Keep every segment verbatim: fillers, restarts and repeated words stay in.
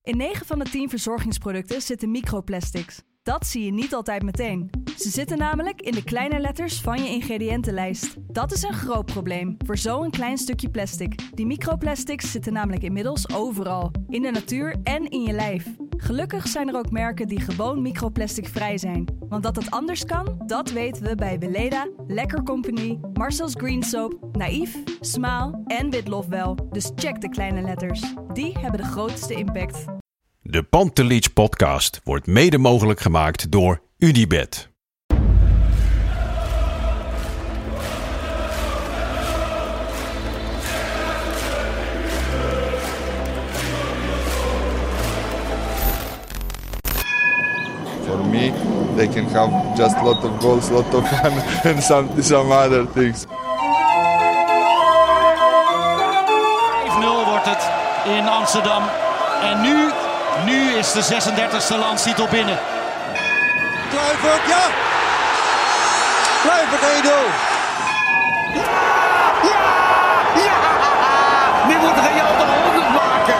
In negen van de tien verzorgingsproducten zitten microplastics. Dat zie je niet altijd meteen. Ze zitten namelijk in de kleine letters van je ingrediëntenlijst. Dat is een groot probleem voor zo'n klein stukje plastic. Die microplastics zitten namelijk inmiddels overal. In de natuur en in je lijf. Gelukkig zijn er ook merken die gewoon microplasticvrij zijn. Want dat het anders kan, dat weten we bij Weleda, Lekker Company, Marcel's Green Soap, Naïef, Smaal en Witlof wel. Dus check de kleine letters. Die hebben de grootste impact. De Pantelich podcast wordt mede mogelijk gemaakt door UdiBet. For me, they can have just a lot of goals, a lot of fun and some, some other things. vijf nul wordt het in Amsterdam. En nu, nu is de zesendertigste landstitel binnen. Kluivert, ja! Kluivert één nul! Ja! Ja! Ja! Nu moet Real de honderd maken!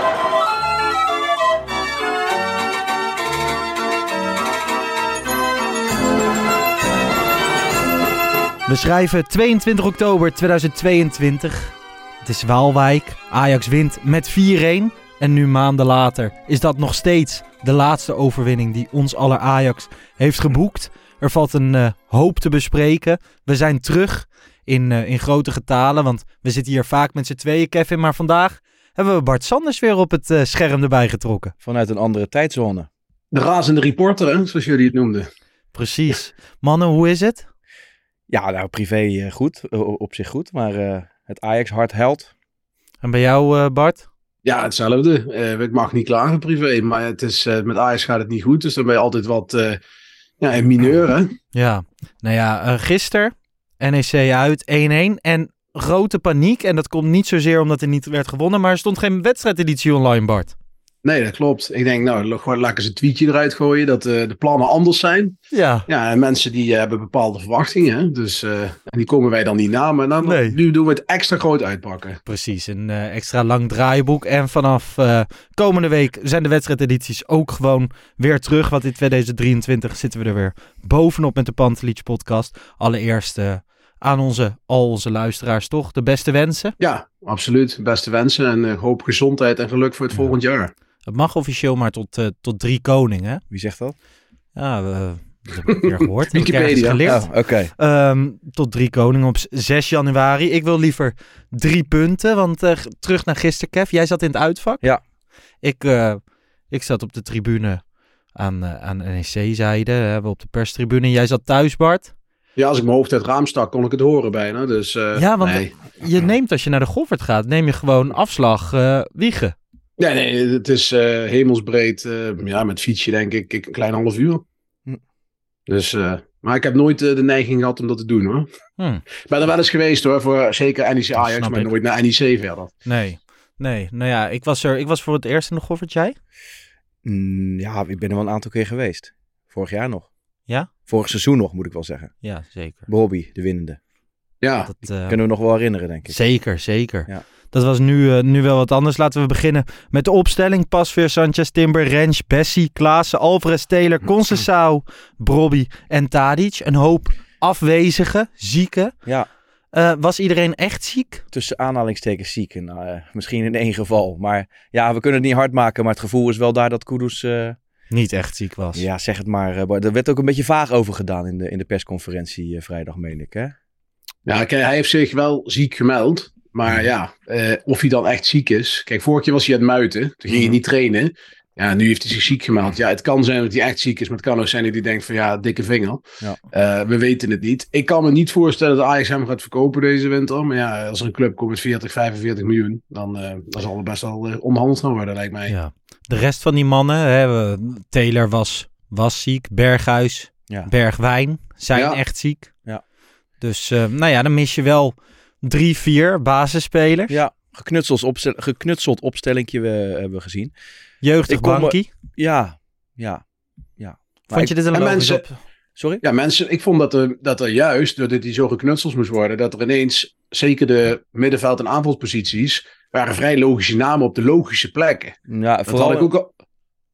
We schrijven tweeëntwintig oktober tweeduizend tweeëntwintig. Het is Waalwijk. Ajax wint met vier-een. En nu maanden later is dat nog steeds de laatste overwinning die ons aller Ajax heeft geboekt. Er valt een uh, hoop te bespreken. We zijn terug in, uh, in grote getalen, want we zitten hier vaak met z'n tweeën, Kevin. Maar vandaag hebben we Bart Sanders weer op het uh, scherm erbij getrokken. Vanuit een andere tijdzone. De razende reporter, hè, zoals jullie het noemden. Precies. Mannen, hoe is het? Ja, nou privé uh, goed, uh, op zich goed, maar uh, het Ajax hart huilt. En bij jou, uh, Bart? Ja, hetzelfde. Uh, ik mag niet klagen privé, maar het is, uh, met Ajax gaat het niet goed. Dus dan ben je altijd wat uh, ja, een mineur, hè? Ja, nou ja, uh, gisteren N E C uit één-één en grote paniek. En dat komt niet zozeer omdat er niet werd gewonnen, maar er stond geen wedstrijdeditie online, Bart. Nee, dat klopt. Ik denk, nou, gewoon laat ik eens een tweetje eruit gooien dat uh, de plannen anders zijn. Ja. Ja, en mensen die uh, hebben bepaalde verwachtingen, hè? Dus uh, en die komen wij dan niet na. Maar dan, Nee. nu doen we het extra groot uitpakken. Precies, een uh, extra lang draaiboek. En vanaf uh, komende week zijn de wedstrijdedities ook gewoon weer terug. Want in tweeduizend drieëntwintig zitten we er weer bovenop met de Pantelich podcast. Allereerst uh, aan onze, al onze luisteraars toch de beste wensen. Ja, absoluut. Beste wensen en uh, hoop gezondheid en geluk voor het Ja. volgend jaar. Het mag officieel maar tot, uh, tot drie koningen. Wie zegt dat? Ja, we dat heb ik weer gehoord. Heb ik Wikipedia. ergens geleerd. Oh, oké. Okay. Um, tot drie koningen op zes januari. Ik wil liever drie punten, want uh, terug naar gisteren, Kev. Jij zat in het uitvak. Ja. Ik, uh, ik zat op de tribune aan, uh, aan N E C-zijde, uh, op de perstribune. Jij zat thuis, Bart. Ja, als ik mijn hoofd uit het raam stak, kon ik het horen bijna. Dus, uh, Ja, want nee. je neemt als je naar de Goffert gaat, neem je gewoon afslag uh, Wiegen. Nee, nee, het is uh, hemelsbreed. Uh, ja, met fietsje denk ik, ik een klein half uur. Hm. Dus, uh, maar ik heb nooit uh, de neiging gehad om dat te doen, hoor. Hm. Ik ben er wel eens geweest, hoor, voor zeker N E C Ajax, snap maar ik. nooit naar N E C verder. Nee, nee. Nou ja, ik was er. Ik was voor het eerst in de Goffert. Jij? Mm, ja, ik ben er wel een aantal keer geweest. Vorig jaar nog. Ja? Vorig seizoen nog, moet ik wel zeggen. Ja, zeker. Bobby, de winnende. Ja, Dat, uh, Kunnen we nog wel herinneren, denk ik. Zeker, zeker. Ja. Dat was nu, uh, nu wel wat anders. Laten we beginnen met de opstelling. Pasveer, Sanchez, Timber, Rens, Bessie, Klaassen, Alvarez, Taylor, Conceição, Brobby en Tadic. Een hoop afwezigen, zieken. Ja, Uh, was iedereen echt ziek? tussen aanhalingstekens ziek. En, uh, misschien in één geval. Maar ja, we kunnen het niet hard maken. Maar het gevoel is wel daar dat Kudus... Uh, Niet echt ziek was. ja, zeg het maar. Uh, er werd ook een beetje vaag over gedaan in de, in de persconferentie uh, vrijdag, meen ik, hè? ja kijk, hij heeft zich wel ziek gemeld. Maar ja, uh, of hij dan echt ziek is. Kijk, vorige keer was hij aan het muiten. Toen ging hij Mhm. niet trainen. Ja, nu heeft hij zich ziek gemeld. Ja, het kan zijn dat hij echt ziek is. Maar het kan ook zijn dat hij denkt van ja, dikke vinger. Ja. Uh, we weten het niet. Ik kan me niet voorstellen dat Ajax hem gaat verkopen deze winter. Maar ja, als er een club komt met veertig, vijfenveertig miljoen. Dan, uh, dan zal het best wel uh, onderhandeld gaan worden, lijkt mij. Ja. De rest van die mannen, hè, we- Taylor was, was ziek. Berghuis, Ja. Bergwijn zijn Ja. echt ziek. Ja. Dus uh, nou ja, dan mis je wel drie, vier basisspelers. Ja, geknutseld, opstel, geknutseld opstellingje we, hebben we gezien. Jeugdig Ik kom me- bankie. Ja, ja, ja. Maar Vond ik- je dit een en logisch mensen- op? Sorry? Ja, mensen, ik vond dat er, dat er juist, doordat hij zo geknutseld moest worden, dat er ineens, zeker de middenveld- en aanvalsposities, waren vrij logische namen op de logische plekken. Ja, Dat vooral, had ik ook al...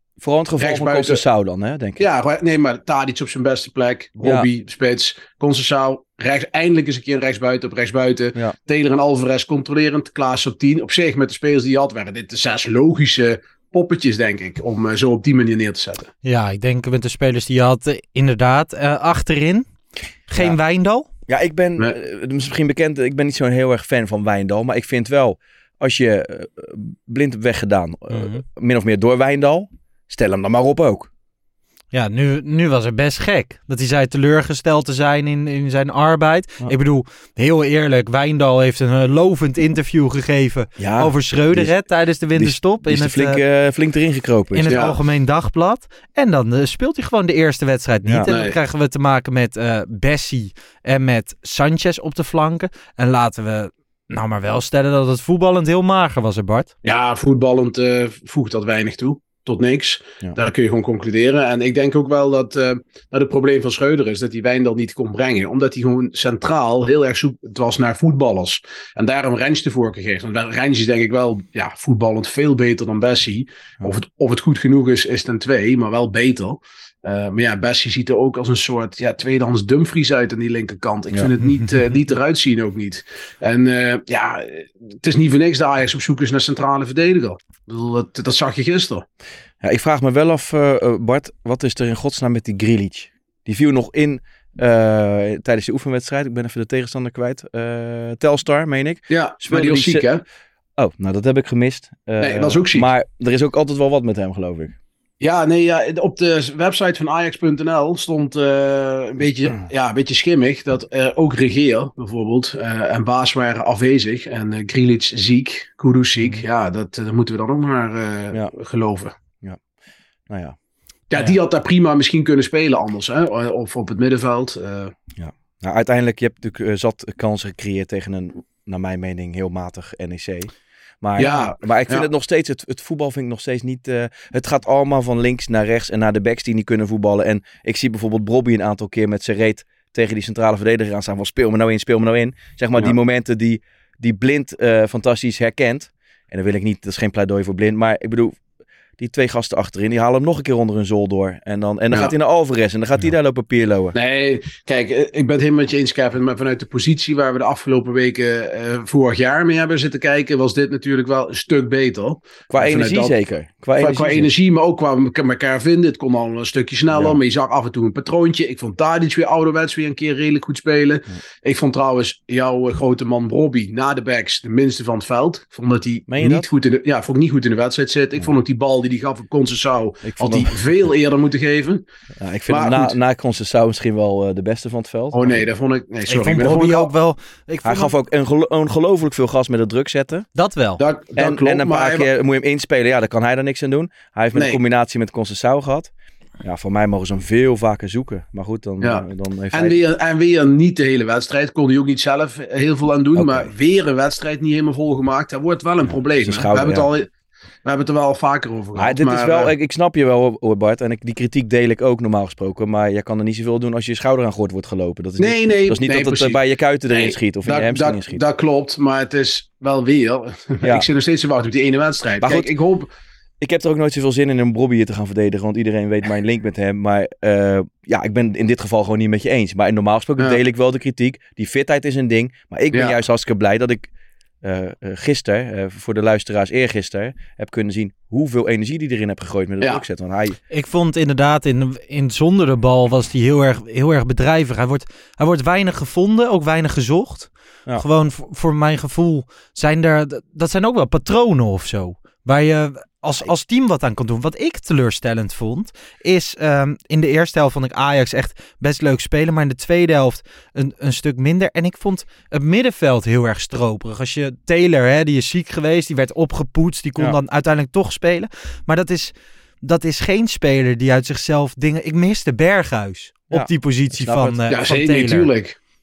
Vooral in het geval van Conceição dan, hè, denk ik. Ja, nee, maar Tadic op zijn beste plek. Robbie, ja. spits. Conceição, rechts, eindelijk eens een keer rechtsbuiten op rechtsbuiten. Ja. Taylor en Alvarez controlerend. Klaas op tien. Op zich met de spelers die hij had, waren dit de zes logische poppetjes, denk ik. Om uh, zo op die manier neer te zetten. Ja, ik denk met de spelers die je had, uh, inderdaad. Uh, achterin, geen ja. Wijndal. Ja, ik ben, nee. uh, misschien bekend, ik ben niet zo'n heel erg fan van Wijndal. Maar ik vind wel, als je uh, Blind hebt weggedaan, uh, mm-hmm. min of meer door Wijndal, stel hem dan maar op ook. Ja, nu, nu was het best gek. Dat hij zei teleurgesteld te zijn in, in zijn arbeid. Ja. Ik bedoel, heel eerlijk, Wijndal heeft een uh, lovend interview gegeven ja, over Schreuder hè, tijdens de winterstop. Die is, die is in het, flink, uh, flink erin gekropen. In het ja. Algemeen Dagblad. En dan uh, speelt hij gewoon de eerste wedstrijd niet. Ja, en dan nee. krijgen we te maken met uh, Bessie en met Sanchez op de flanken. En laten we nou maar wel stellen dat het voetballend heel mager was, hè Bart? Ja, voetballend uh, voegt dat weinig toe. Tot niks. Ja. Daar kun je gewoon concluderen. En ik denk ook wel dat uh, nou, het probleem van Schreuder is dat hij Wijndal niet kon brengen. Omdat hij gewoon centraal heel erg zoek was naar voetballers. En daarom Rens de voorkeur geeft. Want Rens is denk ik wel ja, voetballend veel beter dan Bessie. Ja. Of, het, of het goed genoeg is, is ten twee, maar wel beter. Uh, maar ja, Bessie ziet er ook als een soort ja, tweedehands Dumfries uit aan die linkerkant. Ik ja. vind het niet, uh, niet eruit zien ook niet. En uh, ja, het is niet voor niks dat Ajax op zoek is naar centrale verdediger. Ik bedoel, dat, dat zag je gisteren. Ja, ik vraag me wel af, uh, Bart, wat is er in godsnaam met die Grilic? Die viel nog in uh, tijdens de oefenwedstrijd. Ik ben even de tegenstander kwijt. Uh, Telstar, meen ik. Ja, Speelde maar die was ziek, hè? Oh, nou dat heb ik gemist. Uh, nee, dat was ook ziek. Maar er is ook altijd wel wat met hem, geloof ik. Ja, nee, ja, op de website van Ajax punt n l stond uh, een, beetje, ja, een beetje schimmig dat uh, ook Regeer bijvoorbeeld uh, en Baas waren afwezig en uh, Grilic ziek, Kudus ziek. Ja, dat, dat moeten we dan ook maar uh, ja. geloven. Ja, nou ja. Ja, ja. Die had daar prima misschien kunnen spelen anders, hè? Of op het middenveld. Uh. Ja, nou uiteindelijk, je hebt natuurlijk uh, zat kansen gecreëerd tegen een, naar mijn mening, heel matig N E C. Maar, ja, maar ik vind ja. het nog steeds, het, het voetbal vind ik nog steeds niet... Uh, het gaat allemaal van links naar rechts en naar de backs die niet kunnen voetballen. En ik zie bijvoorbeeld Brobby een aantal keer met zijn reet tegen die centrale verdediger aan staan. Van speel me nou in, speel me nou in. Zeg maar ja. die momenten die, die Blind uh, fantastisch herkent. En dan wil ik niet, dat is geen pleidooi voor Blind. Maar ik bedoel, die twee gasten achterin, die halen hem nog een keer onder hun zool door. En dan, en dan ja. gaat hij naar Alvarez en dan gaat hij ja. daar lopen pierlowen. Nee, kijk, ik ben het helemaal met je eens, Kevin. Maar vanuit de positie waar we de afgelopen weken uh, vorig jaar mee hebben zitten kijken, was dit natuurlijk wel een stuk beter. Qua energie dat, zeker. Qua, qua energie, qua energie maar ook qua elkaar vinden. Het kon al een stukje sneller, ja. maar je zag af en toe een patroontje. Ik vond Tadic weer ouderwets weer een keer redelijk goed spelen. Ja. Ik vond trouwens jouw uh, grote man Brobby na de backs de minste van het veld. Ik vond dat hij niet dat? goed in de, ja, vond ik niet goed in de wedstrijd zit. Ik ja. vond ook die bal die die gaf op Conceição had hij veel eerder moeten geven. Ja, ik vind maar hem na, na Conceição misschien wel uh, de beste van het veld. Oh nee, dat vond ik... Nee, sorry. Ik vond Brobby ook wel... Ik hij gaf ook een gelo- ongelooflijk veel gas met het druk zetten. Dat wel. Dat, dat en, klopt. En een paar keer hij... moet je hem inspelen. Ja, daar kan hij er niks aan doen. Hij heeft met nee. een combinatie met Conceição gehad. Ja, voor mij mogen ze hem veel vaker zoeken. Maar goed, dan, ja. uh, dan heeft en hij... Weer, en weer niet de hele wedstrijd. Kon hij ook niet zelf heel veel aan doen. Okay. Maar weer een wedstrijd niet helemaal volgemaakt. Dat wordt wel een ja, probleem. Schouder, we hebben ja. het al... We hebben het er wel vaker over gehad. Ja, dit maar, is wel, uh, ik, ik snap je wel hoor Bart. En ik, die kritiek deel ik ook normaal gesproken. Maar je kan er niet zoveel doen als je schouder aan gort wordt gelopen. Dat is nee, niet, nee. Dat is niet nee, dat het precies. bij je kuiten erin nee, schiet. Of dat, in je hamstring dat, schiet. Dat klopt. Maar het is wel weer. Ja. Ik zit nog steeds te wachten op die ene wedstrijd. Maar Kijk, goed, ik hoop... Ik heb er ook nooit zoveel zin in om Brobby hier te gaan verdedigen. Want iedereen weet mijn link met hem. Maar uh, ja, ik ben in dit geval gewoon niet met je eens. Maar normaal gesproken ja. deel ik wel de kritiek. Die fitheid is een ding. Maar ik ben ja. juist hartstikke blij dat ik uh, uh, gisteren, uh, voor de luisteraars eergisteren, heb kunnen zien hoeveel energie die erin heb gegooid met het ja. drukzet. Want hij... Ik vond inderdaad, in, in zonder de bal was hij heel erg, heel erg bedrijvig. Hij wordt, hij wordt weinig gevonden, ook weinig gezocht. Ja. Gewoon voor, voor mijn gevoel zijn er, dat zijn ook wel patronen of zo. Waar je als, als team wat aan kan doen. Wat ik teleurstellend vond, is um, in de eerste helft vond ik Ajax echt best leuk spelen. Maar in de tweede helft een, een stuk minder. En ik vond het middenveld heel erg stroperig. Als je Taylor, hè, die is ziek geweest, die werd opgepoetst. Die kon ja. dan uiteindelijk toch spelen. Maar dat is, dat is geen speler die uit zichzelf dingen... Ik miste Berghuis ja, op die positie van, uh, ja, van nee, Taylor. Natuurlijk.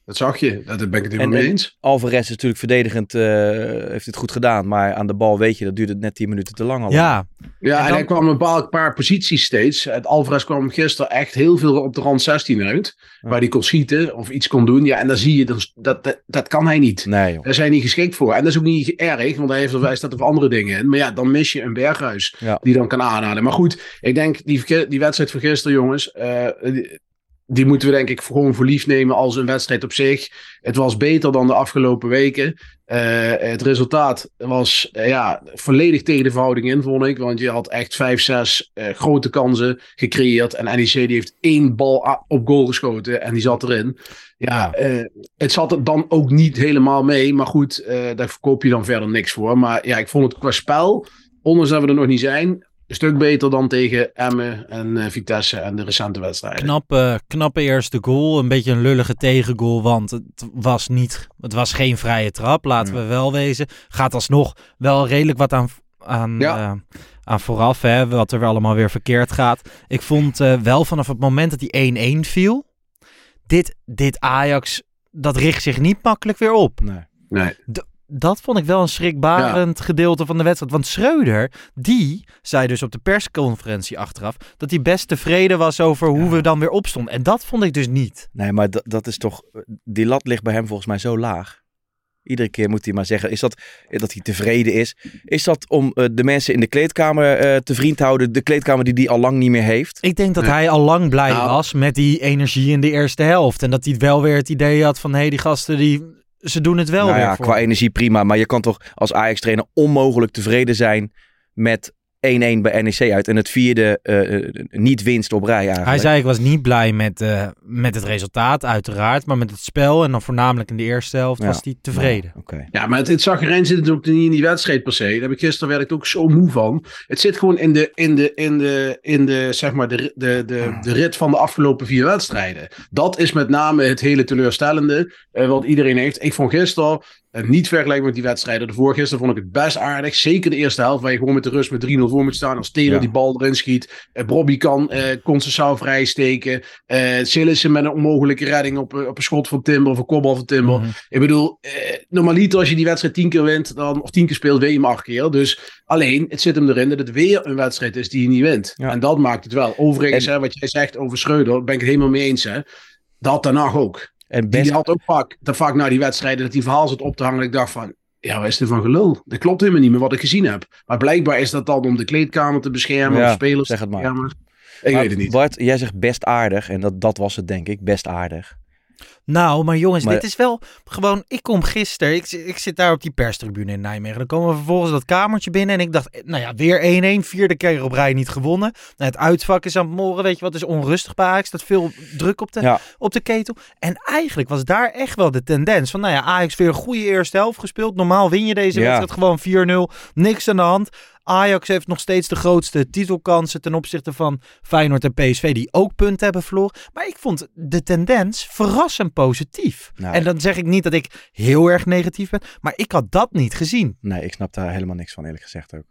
Dat zag je. Dat ben ik het helemaal mee eens. Alvarez is natuurlijk verdedigend, uh, heeft het goed gedaan. Maar aan de bal weet je, dat duurde net tien minuten te lang al. Ja, ja en, en dan... hij kwam een paar, paar posities steeds. Het Alvarez kwam gisteren echt heel veel op de rand zestien uit. Ja. Waar hij kon schieten of iets kon doen. Ja, en dan zie je, dat, dat, dat, dat kan hij niet. Nee, joh. Daar zijn niet geschikt voor. En dat is ook niet erg, want hij, heeft, hij staat er voor andere dingen in. Maar ja, dan mis je een Berghuis ja. die dan kan aanhalen. Maar goed, ik denk, die, die wedstrijd van gisteren, jongens... Uh, die, Die moeten we denk ik gewoon voor lief nemen als een wedstrijd op zich. Het was beter dan de afgelopen weken. Uh, het resultaat was uh, ja, volledig tegen de verhouding in, vond ik. Want je had echt vijf, zes uh, grote kansen gecreëerd. En N E C die heeft één bal op goal geschoten en die zat erin. Ja, uh, het zat er dan ook niet helemaal mee. Maar goed, uh, daar verkoop je dan verder niks voor. Maar ja, ik vond het qua spel, ondanks dat we er nog niet zijn... Een stuk beter dan tegen Emmen en uh, Vitesse en de recente wedstrijden. Knappe, knappe eerste goal. Een beetje een lullige tegengoal, want het was, niet, het was geen vrije trap. Laten ja. we wel wezen. Gaat alsnog wel redelijk wat aan, aan, ja. uh, aan vooraf. Hè, wat er allemaal weer verkeerd gaat. Ik vond uh, wel vanaf het moment dat die één-één viel. Dit, dit Ajax, dat richt zich niet makkelijk weer op. Nee. nee. D- Dat vond ik wel een schrikbarend ja. gedeelte van de wedstrijd. Want Schreuder, die zei dus op de persconferentie achteraf... dat hij best tevreden was over hoe ja. we dan weer opstonden. En dat vond ik dus niet. Nee, maar d- dat is toch... Die lat ligt bij hem volgens mij zo laag. Iedere keer moet hij maar zeggen... Is dat, dat hij tevreden is? Is dat om uh, de mensen in de kleedkamer uh, te vriend te houden? De kleedkamer die hij al lang niet meer heeft? Ik denk dat ja. hij al lang blij nou. was met die energie in de eerste helft. En dat hij wel weer het idee had van... hé, hey, die gasten die... Ze doen het wel nou weer ja, voor. Qua energie prima. Maar je kan toch als Ajax-trainer onmogelijk tevreden zijn met één-één bij N E C uit. En het vierde uh, niet winst op rij eigenlijk. Hij zei ik was niet blij met, uh, met het resultaat uiteraard. Maar met het spel en dan voornamelijk in de eerste helft ja. was hij tevreden. Ja, okay. ja maar het, het zagrijn zit natuurlijk niet in die wedstrijd per se. Daar heb ik gisteren werd ik ook zo moe van. Het zit gewoon in de, in de, in de, in de, zeg maar de, de, de, de rit van de afgelopen vier wedstrijden. Dat is met name het hele teleurstellende uh, wat iedereen heeft. Ik vond gisteren... En niet vergelijken met die wedstrijden. De vorige gisteren vond ik het best aardig. Zeker de eerste helft, waar je gewoon met de rust met drie nul voor moet staan. Als Taylor ja. die bal erin schiet. Uh, Bobby kan uh, Conceição vrijsteken. Uh, Sillissen met een onmogelijke redding op, op een schot van Timber. Of een kopbal van Timber. Mm-hmm. Ik bedoel, uh, normaliter als je die wedstrijd tien keer wint. Dan, of tien keer speelt, weet je hem acht keer. Dus alleen, het zit hem erin dat het weer een wedstrijd is die je niet wint. Ja. En dat maakt het wel. Overigens, en... hè, wat jij zegt over Schreuder, ben ik het helemaal mee eens. Hè. Dat daarna ook. En best... Die had ook vaak, dat vaak na die wedstrijden dat die verhaal zat op te hangen. Dat ik dacht van, ja, wat is er van gelul? Dat klopt helemaal niet meer wat ik gezien heb. Maar blijkbaar is dat dan om de kleedkamer te beschermen. Ja, of spelers zeg het maar. te beschermen. Ik maar, weet het niet. Bart, jij zegt best aardig. En dat, dat was het denk ik, best aardig. Nou, maar jongens, maar... dit is wel gewoon... Ik kom gisteren, ik, ik zit daar op die perstribune in Nijmegen. Dan komen we vervolgens dat kamertje binnen en ik dacht, nou ja, weer één-één, vierde keer op rij niet gewonnen. Nou, het uitvak is aan het morgen, weet je wat, is onrustig bij Ajax. Er staat veel druk op de, ja. op de ketel. En eigenlijk was daar echt wel de tendens van, nou ja, Ajax weer een goede eerste helft gespeeld. Normaal win je deze ja. wedstrijd gewoon vier nul, niks aan de hand. Ajax heeft nog steeds de grootste titelkansen ten opzichte van Feyenoord en P S V die ook punten hebben verloren. Maar ik vond de tendens verrassend positief. Nou, en dan zeg ik niet dat ik heel erg negatief ben, maar ik had dat niet gezien. Nee, ik snap daar helemaal niks van eerlijk gezegd ook.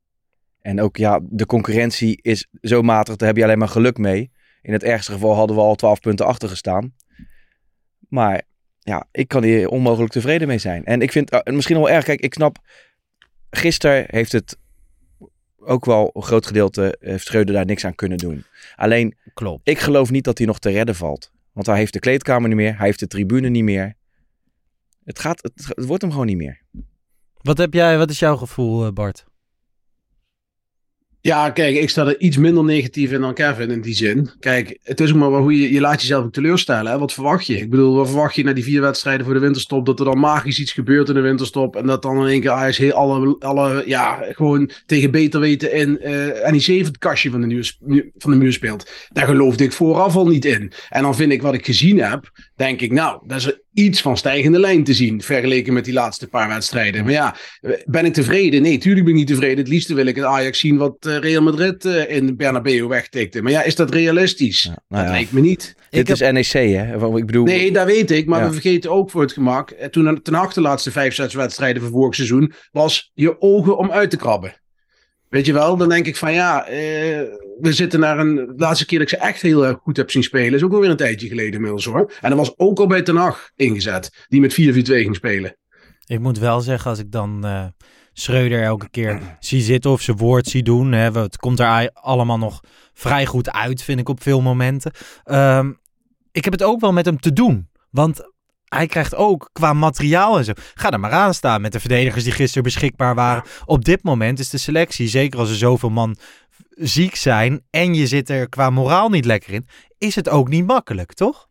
En ook ja, de concurrentie is zo matig, daar heb je alleen maar geluk mee. In het ergste geval hadden we al twaalf punten achter gestaan. Maar ja, ik kan hier onmogelijk tevreden mee zijn. En ik vind uh, misschien wel erg, kijk, ik snap, gisteren heeft het ook wel een groot gedeelte, heeft Schreuder daar niks aan kunnen doen. Alleen, klopt. Ik geloof niet dat hij nog te redden valt. Want hij heeft de kleedkamer niet meer, hij heeft de tribune niet meer. Het, gaat, het, het wordt hem gewoon niet meer. Wat heb jij, wat is jouw gevoel, Bart? Ja, kijk, ik sta er iets minder negatief in dan Kevin in die zin. Kijk, het is ook maar hoe je, je laat jezelf ook teleurstellen. Hè? Wat verwacht je? Ik bedoel, wat verwacht je na die vier wedstrijden voor de winterstop? Dat er dan magisch iets gebeurt in de winterstop. En dat dan in één keer Ajax heel alle, alle, ja, gewoon tegen beter weten in uh, N E C even het kastje van de, nieuws, van de muur speelt. Daar geloofde ik vooraf al niet in. En dan vind ik wat ik gezien heb, denk ik, nou, dat is iets van stijgende lijn te zien, vergeleken met die laatste paar wedstrijden. Maar ja, ben ik tevreden? Nee, tuurlijk ben ik niet tevreden. Het liefste wil ik het Ajax zien wat uh, Real Madrid uh, in Bernabeu wegtikte. Maar ja, is dat realistisch? Ja, nou dat ja. lijkt me niet. Dit is heb... N E C, hè? Ik bedoel... Nee, dat weet ik. Maar ja. we vergeten ook voor het gemak, toen ten achterlaatste vijf, zes wedstrijden van vorig seizoen, was je ogen om uit te krabben. Weet je wel? Dan denk ik van ja, uh, we zitten naar een... De laatste keer dat ik ze echt heel erg goed heb zien spelen... is ook alweer een tijdje geleden inmiddels hoor. En dat was ook al bij Ten Hag ingezet. Die met vier vier twee ging spelen. Ik moet wel zeggen, als ik dan uh, Schreuder elke keer zie zitten of zijn woord zie doen... Hè, het komt er allemaal nog vrij goed uit, vind ik op veel momenten. Um, ik heb het ook wel met hem te doen. Want hij krijgt ook qua materiaal en zo... Ga er maar aan staan met de verdedigers die gisteren beschikbaar waren. Op dit moment is de selectie, zeker als er zoveel man ziek zijn... en je zit er qua moraal niet lekker in... is het ook niet makkelijk, toch?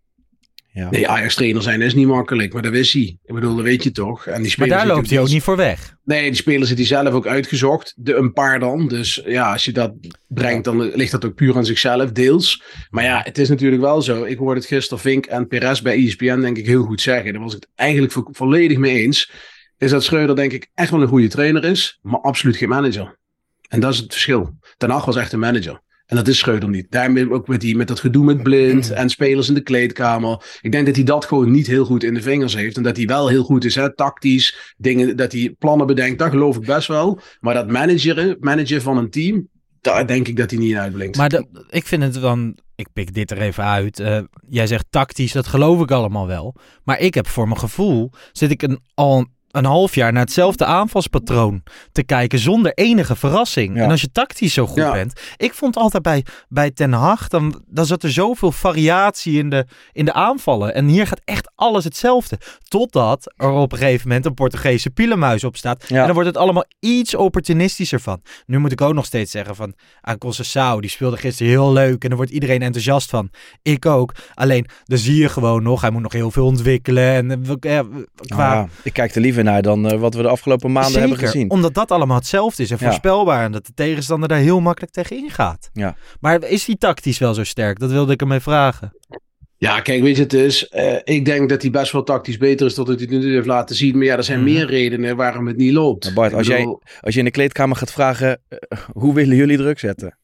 Ja. Nee, Ajax-trainer zijn is niet makkelijk, maar dat wist hij. Ik bedoel, dat weet je toch. En die maar daar loopt hij ook niet voor weg. Nee, die spelers heeft hij zelf ook uitgezocht. De een paar dan. Dus ja, als je dat brengt, dan ligt dat ook puur aan zichzelf, deels. Maar ja, het is natuurlijk wel zo. Ik hoorde het gisteren Vink en Perez bij E S P N denk ik heel goed zeggen. Daar was ik het eigenlijk vo- volledig mee eens. Is dat Schreuder denk ik echt wel een goede trainer is, maar absoluut geen manager. En dat is het verschil. Ten Hag was echt een manager. En dat is Schreuder niet. Daarmee ook met, die, met dat gedoe met Blind en spelers in de kleedkamer. Ik denk dat hij dat gewoon niet heel goed in de vingers heeft. En dat hij wel heel goed is, hè, tactisch. Dingen, dat hij plannen bedenkt, dat geloof ik best wel. Maar dat manageren, managen van een team, daar denk ik dat hij niet in uitblinkt. Maar de, ik vind het dan... Ik pik dit er even uit. Uh, jij zegt tactisch, dat geloof ik allemaal wel. Maar ik heb voor mijn gevoel... zit ik een, al een half jaar naar hetzelfde aanvalspatroon te kijken zonder enige verrassing. Ja. En als je tactisch zo goed ja. bent... Ik vond altijd bij, bij Ten Hag, dan, dan zat er zoveel variatie in de, in de aanvallen. En hier gaat echt alles hetzelfde. Totdat er op een gegeven moment een Portugese pielenmuis op staat. Ja. En dan wordt het allemaal iets opportunistischer van. Nu moet ik ook nog steeds zeggen van... aan Conceição, die speelde gisteren heel leuk. En daar wordt iedereen enthousiast van. Ik ook. Alleen, dan zie je gewoon nog... hij moet nog heel veel ontwikkelen. En, ja, qua... ja, ik kijk er liever naar dan uh, wat we de afgelopen maanden Zeker, hebben gezien. Omdat dat allemaal hetzelfde is en voorspelbaar. Ja. En dat de tegenstander daar heel makkelijk tegen ingaat. Ja. Maar is die tactisch wel zo sterk? Dat wilde ik ermee vragen. Ja, kijk, weet je, het is... Uh, ik denk dat hij best wel tactisch beter is dan dat hij het nu heeft laten zien. Maar ja, er zijn mm. meer redenen waarom het niet loopt. Maar Bart, als, bedoel... jij, als je in de kleedkamer gaat vragen... Uh, hoe willen jullie druk zetten?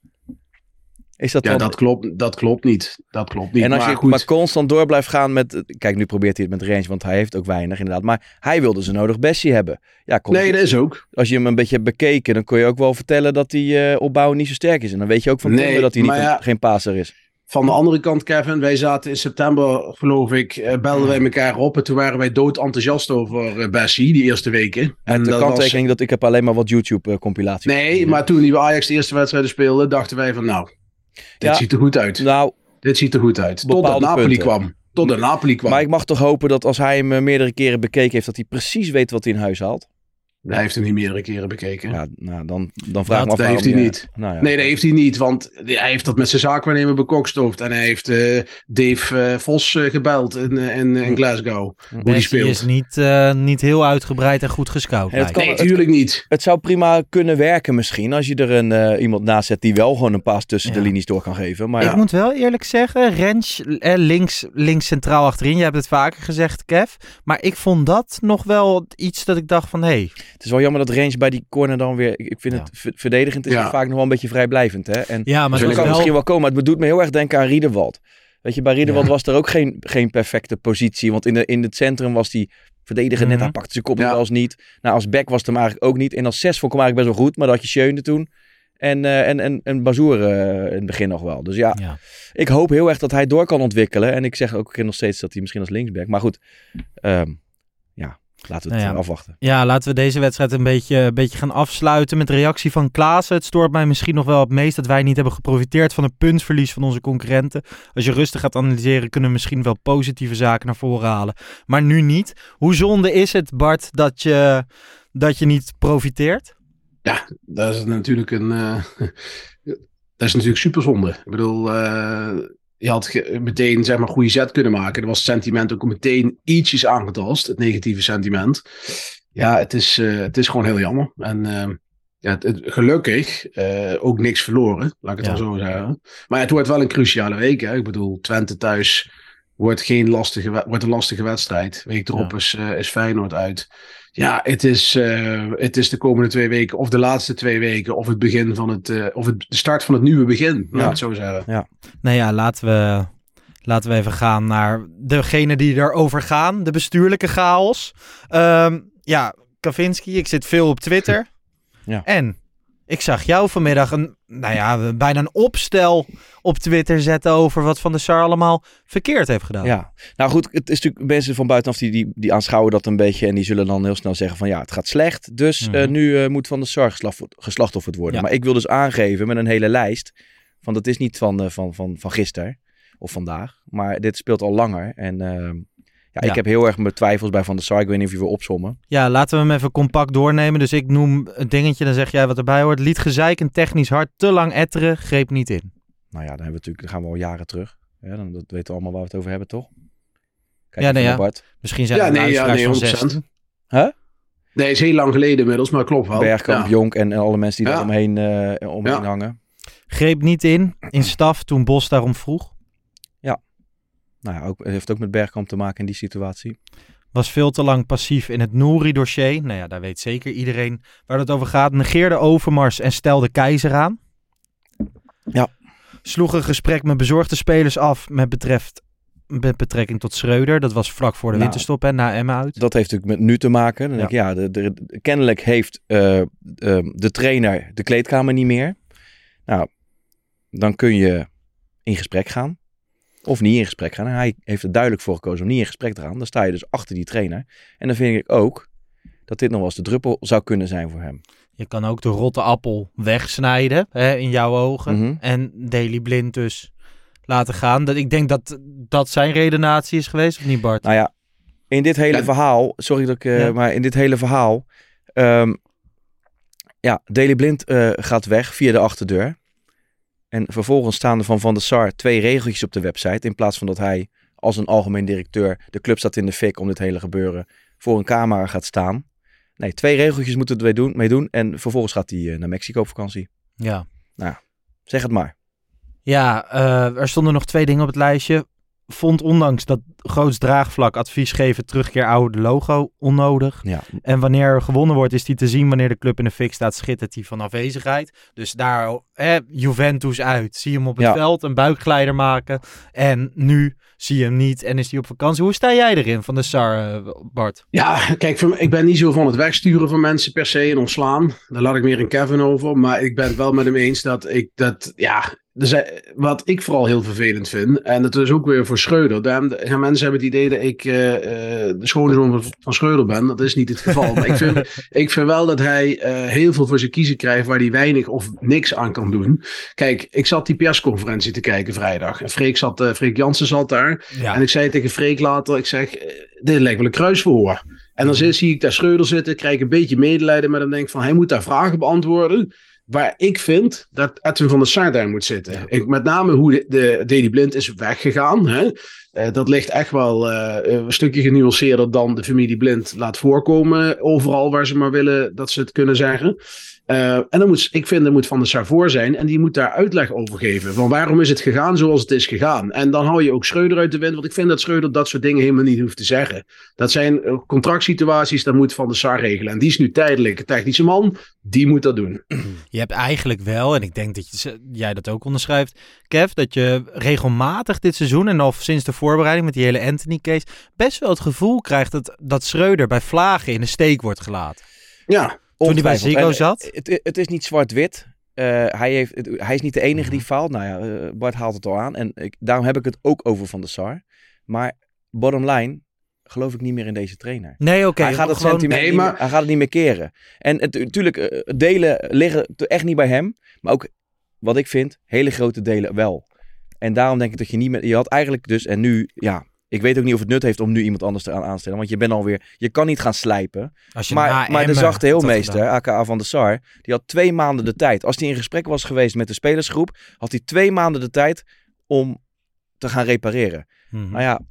Is dat ja, dan... dat, klopt, dat klopt niet. Dat klopt niet. En als maar je goed. maar constant door blijft gaan met... Kijk, nu probeert hij het met range, want hij heeft ook weinig inderdaad. Maar hij wilde ze nodig Bessie hebben. Ja, kon nee, dat is ook. Als je hem een beetje hebt bekeken, dan kon je ook wel vertellen dat hij uh, opbouwen niet zo sterk is. En dan weet je ook van nee, dat hij niet ja, een, geen passer is. Van de andere kant, Kevin, wij zaten in september, geloof ik, uh, belden wij elkaar op. En toen waren wij dood enthousiast over uh, Bessie, die eerste weken. En de kanttekening was... dat ik heb alleen maar wat YouTube-compilaties. Uh, nee, maar toen die Ajax de eerste wedstrijden speelden, dachten wij van nou... Dit ja, ziet er goed uit. Nou, Dit ziet er goed uit. Totdat Napoli punten. kwam. Totdat Napoli kwam. Maar ik mag toch hopen dat als hij hem meerdere keren bekeken heeft... dat hij precies weet wat hij in huis haalt? Hij heeft hem niet meerdere keren bekeken. Ja, nou, dan, dan vraag ik me af dat heeft hij je, niet. Nou ja. Nee, dat heeft hij niet. Want hij heeft dat met zijn zaakwaarnemer bekokstoofd. En hij heeft uh, Dave uh, Vos uh, gebeld in, uh, in, in Glasgow. Hoe die speelt. is niet, uh, niet heel uitgebreid en goed gescout. Nee, natuurlijk niet. Het zou prima kunnen werken misschien. Als je er een, uh, iemand naast zet die wel gewoon een paas tussen ja. de linies door kan geven. Maar ik ja. moet wel eerlijk zeggen. Rens eh, links, links centraal achterin. Je hebt het vaker gezegd, Kev. Maar ik vond dat nog wel iets dat ik dacht van... Hey, het is wel jammer dat Rens bij die corner dan weer... Ik vind ja. het v- verdedigend is ja. vaak nog wel een beetje vrijblijvend. Hè? En ja, maar zo kan het wel... misschien wel komen. Maar het doet me heel erg denken aan Riederwald. Weet je, bij Riederwald ja. was er ook geen, geen perfecte positie. Want in, de, in het centrum was die verdediger mm-hmm. net. Hij pakte zijn kop ja. wel eens niet. Nou, als back was het hem eigenlijk ook niet. En als zes vond ik hem eigenlijk best wel goed. Maar dat had je Schöne toen. En, uh, en, en, en Bazoer uh, in het begin nog wel. Dus ja, ja, ik hoop heel erg dat hij door kan ontwikkelen. En ik zeg ook nog steeds dat hij misschien als linksback. Maar goed, um, ja... Laten we het nou ja. afwachten. Ja, laten we deze wedstrijd een beetje, een beetje gaan afsluiten met de reactie van Klaassen. Het stoort mij misschien nog wel het meest dat wij niet hebben geprofiteerd van het puntverlies van onze concurrenten. Als je rustig gaat analyseren, kunnen we misschien wel positieve zaken naar voren halen. Maar nu niet. Hoe zonde is het, Bart, dat je, dat je niet profiteert? Ja, dat is natuurlijk een... Uh, dat is natuurlijk superzonde. Ik bedoel... Uh... Je had ge- meteen zeg maar goede zet kunnen maken. Er was het sentiment ook meteen ietsjes aangetast. Het negatieve sentiment. Ja, het is, uh, het is gewoon heel jammer. En uh, ja, het, het, gelukkig uh, ook niks verloren. Laat ik het ja. dan zo zeggen. Maar het wordt wel een cruciale week. Hè? Ik bedoel, Twente thuis wordt, geen lastige, wordt een lastige wedstrijd. Week erop ja. is, uh, is Feyenoord uit. Ja, het is, uh, het is de komende twee weken, of de laatste twee weken, of het begin van het, uh, of het, de start van het nieuwe begin, laat ja. het zo zeggen. Ja. Nou ja, laten we, laten we even gaan naar degene die erover gaan, de bestuurlijke chaos. Um, ja, Kavinski, ik zit veel op Twitter. Ja. En Ik zag jou vanmiddag een, nou ja, bijna een opstel op Twitter zetten over wat Van der Sar allemaal verkeerd heeft gedaan. Ja, nou goed, het is natuurlijk mensen van buitenaf die, die, die aanschouwen dat een beetje en die zullen dan heel snel zeggen van ja, het gaat slecht, dus mm-hmm. uh, nu uh, moet Van der Sar geslachtofferd worden. Ja. Maar ik wil dus aangeven met een hele lijst van dat is niet van, uh, van, van, van gisteren of vandaag, maar dit speelt al langer en... Uh, Ja, ja, ik heb heel erg mijn twijfels bij Van der Sar. Ik weet niet of je wil opzommen. Ja, laten we hem even compact doornemen. Dus ik noem het dingetje, dan zeg jij wat erbij hoort. Liet gezeik en technisch hard, te lang etteren, greep niet in. Nou ja, dan, hebben we natuurlijk, dan gaan we al jaren terug. Ja, dan dat weten we allemaal waar we het over hebben, toch? Kijk, ja, nee, ja. Bart. Misschien zijn ja, er nee, ja, nee, van zestien. Huh? Nee, is heel lang geleden inmiddels, maar klopt wel. Bergkamp, ja. Jonk en, en alle mensen die ja. daar omheen, uh, omheen ja. hangen. Greep niet in, in staf toen Bos daarom vroeg. Nou ja, ook, heeft ook met Bergkamp te maken in die situatie. Was veel te lang passief in het Nouri-dossier. Nou ja, daar weet zeker iedereen waar het over gaat. Negeerde Overmars en stelde Keizer aan. Ja. Sloeg een gesprek met bezorgde spelers af met, betreft, met betrekking tot Schreuder. Dat was vlak voor de nou, winterstop en na Emmen uit. Dat heeft natuurlijk met nu te maken. Dan ja. denk ik, ja, de, de, de, kennelijk heeft uh, uh, de trainer de kleedkamer niet meer. Nou, dan kun je in gesprek gaan. Of niet in gesprek gaan. En hij heeft er duidelijk voor gekozen om niet in gesprek te gaan. Dan sta je dus achter die trainer. En dan vind ik ook dat dit nog wel eens de druppel zou kunnen zijn voor hem. Je kan ook de rotte appel wegsnijden, hè, in jouw ogen. Mm-hmm. En Daley Blind dus laten gaan. Dat, ik denk dat dat zijn redenatie is geweest, of niet, Bart? Nou ja, in dit hele ja. verhaal... Sorry dat ik... Uh, ja. Maar in dit hele verhaal... Um, ja, Daley Blind uh, gaat weg via de achterdeur. En vervolgens staan er van Van der Sar twee regeltjes op de website. In plaats van dat hij als een algemeen directeur, de club staat in de fik om dit hele gebeuren, voor een camera gaat staan. Nee, twee regeltjes moeten we doen, mee doen. En vervolgens gaat hij uh, naar Mexico op vakantie. Ja. Nou, zeg het maar. Ja, uh, er stonden nog twee dingen op het lijstje. Vond ondanks dat groots draagvlak advies geven terugkeer oude logo onnodig. Ja. En wanneer er gewonnen wordt, is die te zien wanneer de club in de fik staat, schittert hij van afwezigheid. Dus daar, hè, Juventus uit. Zie je hem op het ja. veld, een buikglijder maken. En nu zie je hem niet en is hij op vakantie. Hoe sta jij erin van de Sar, Bart? Ja, kijk, ik ben niet zo van het wegsturen van mensen per se en ontslaan. Daar laat ik meer een Kevin over. Maar ik ben het wel met hem eens dat ik dat, ja... Dus wat ik vooral heel vervelend vind, en dat is ook weer voor Schreuder. Daar gaan mensen hebben het idee dat ik uh, uh, de schoonzoon van Schreuder ben. Dat is niet het geval. Maar ik vind, ik vind wel dat hij uh, heel veel voor zijn kiezen krijgt waar hij weinig of niks aan kan doen. Kijk, ik zat die persconferentie te kijken vrijdag. En Freek, zat, uh, Freek Jansen zat daar. Ja. En ik zei tegen Freek later, ik zeg, dit lijkt wel een kruisverhoor. En dan zie ik daar Schreuder zitten, krijg ik een beetje medelijden met hem. Denk van, hij moet daar vragen beantwoorden. Waar ik vind dat Edwin van der Sar daar moet zitten. Ja. Ik, met name hoe de, de Daley Blind is weggegaan. Hè? Uh, dat ligt echt wel uh, een stukje genuanceerder dan de familie Blind laat voorkomen. Overal waar ze maar willen dat ze het kunnen zeggen. Uh, en dan moet, ik vind, er moet Van der Sar voor zijn. En die moet daar uitleg over geven. Van waarom is het gegaan zoals het is gegaan. En dan hou je ook Schreuder uit de wind. Want ik vind dat Schreuder dat soort dingen helemaal niet hoeft te zeggen. Dat zijn contractsituaties, dat moet Van der Sar regelen. En die is nu tijdelijk een technische man. Die moet dat doen. Je hebt eigenlijk wel, en ik denk dat je, jij dat ook onderschrijft, Kev, dat je regelmatig dit seizoen en al sinds de voorbereiding met die hele Anthony-case best wel het gevoel krijgt dat, dat Schreuder bij Vlagen in de steek wordt gelaten. Ja. Toen hij bij Ziggo zat? Het, het is niet zwart-wit. Uh, hij, heeft, het, hij is niet de enige die faalt. Nou ja, uh, Bart haalt het al aan. En ik, daarom heb ik het ook over Van der Sar. Maar bottom line, geloof ik niet meer in deze trainer. Nee, oké. Okay, hij, gaat het gewoon... nee, maar... hij gaat het niet meer keren. En natuurlijk, uh, delen liggen echt niet bij hem. Maar ook, wat ik vind, hele grote delen wel. En daarom denk ik dat je niet meer... Je had eigenlijk dus, en nu, ja... Ik weet ook niet of het nut heeft om nu iemand anders te aanstellen. Want je bent alweer... Je kan niet gaan slijpen. Maar, maar de zachte heelmeester, A K A Van der Sar... Die had twee maanden de tijd. Als hij in gesprek was geweest met de spelersgroep... Had hij twee maanden de tijd om te gaan repareren. Mm-hmm. Maar ja,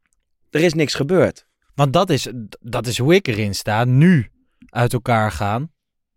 er is niks gebeurd. Want dat is, dat is hoe ik erin sta. Nu uit elkaar gaan.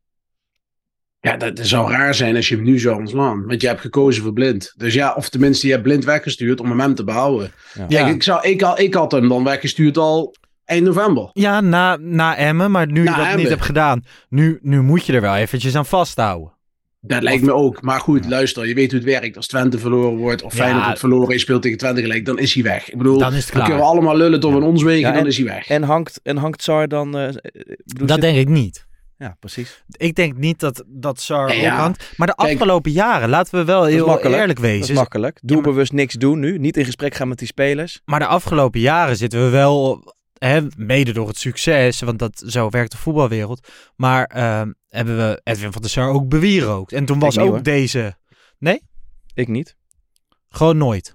Ja, dat, dat zou raar zijn als je hem nu zou ontslaan. Want je hebt gekozen voor Blind. Dus ja, of tenminste je hebt Blind weggestuurd om hem te behouden. Ja. Ja, ik, zou, ik, had, ik had hem dan weggestuurd al eind november. Ja, na, na Emmen, maar nu na je dat Emmen. niet hebt gedaan. Nu, nu moet je er wel eventjes aan vasthouden. Dat lijkt me ook. Maar goed, ja. luister, je weet hoe het werkt. Als Twente verloren wordt of Feyenoord ja. het verloren is, speelt tegen Twente gelijk, dan is hij weg. Ik bedoel, dan, is het klaar. Dan kunnen we allemaal lullen tot we ons wegen, ja, dan en, is hij weg. En hangt, en hangt Sar dan... Uh, dat denk ik niet. Ja, precies. Ik denk niet dat, dat Sar Ja, ophangt. Maar de kijk, afgelopen jaren, laten we wel heel eerlijk wezen. Dat is makkelijk. Doe Ja, maar- bewust niks doen nu. Niet in gesprek gaan met die spelers. Maar de afgelopen jaren zitten we wel, hè, mede door het succes, want dat, zo werkt de voetbalwereld. Maar eh, hebben we Edwin van der Sar ook bewierookt. En toen was niet, ook hoor. deze... Nee? Ik niet. Gewoon nooit.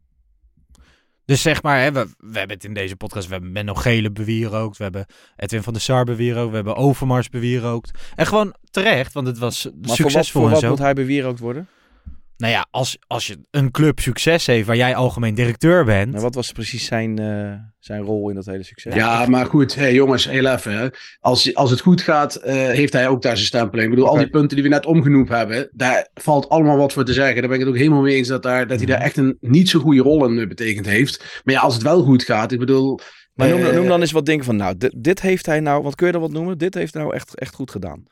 Dus zeg maar, hè, we, we hebben het in deze podcast, we hebben Menno Gele bewierookt, we hebben Edwin van der Sar bewierookt, we hebben Overmars bewierookt. En gewoon terecht, want het was Maar voor wat, succesvol voor en wat zo. moet hij bewierookt worden? Nou ja, als, als je een club succes heeft waar jij algemeen directeur bent. Nou, wat was precies zijn, uh, zijn rol in dat hele succes? Ja, maar goed, hey, jongens, heel even. Hè. Als, als het goed gaat, uh, heeft hij ook daar zijn stempel in. Ik bedoel, Okay. al die punten die we net omgenoemd hebben, daar valt allemaal wat voor te zeggen. Daar ben ik het ook helemaal mee eens dat, daar, dat hij daar echt een niet zo goede rol in betekend heeft. Maar ja, als het wel goed gaat, ik bedoel... Maar noem, uh, noem dan eens wat dingen van, nou, dit, dit heeft hij nou, wat kun je dan wat noemen? Dit heeft hij nou echt, echt goed gedaan.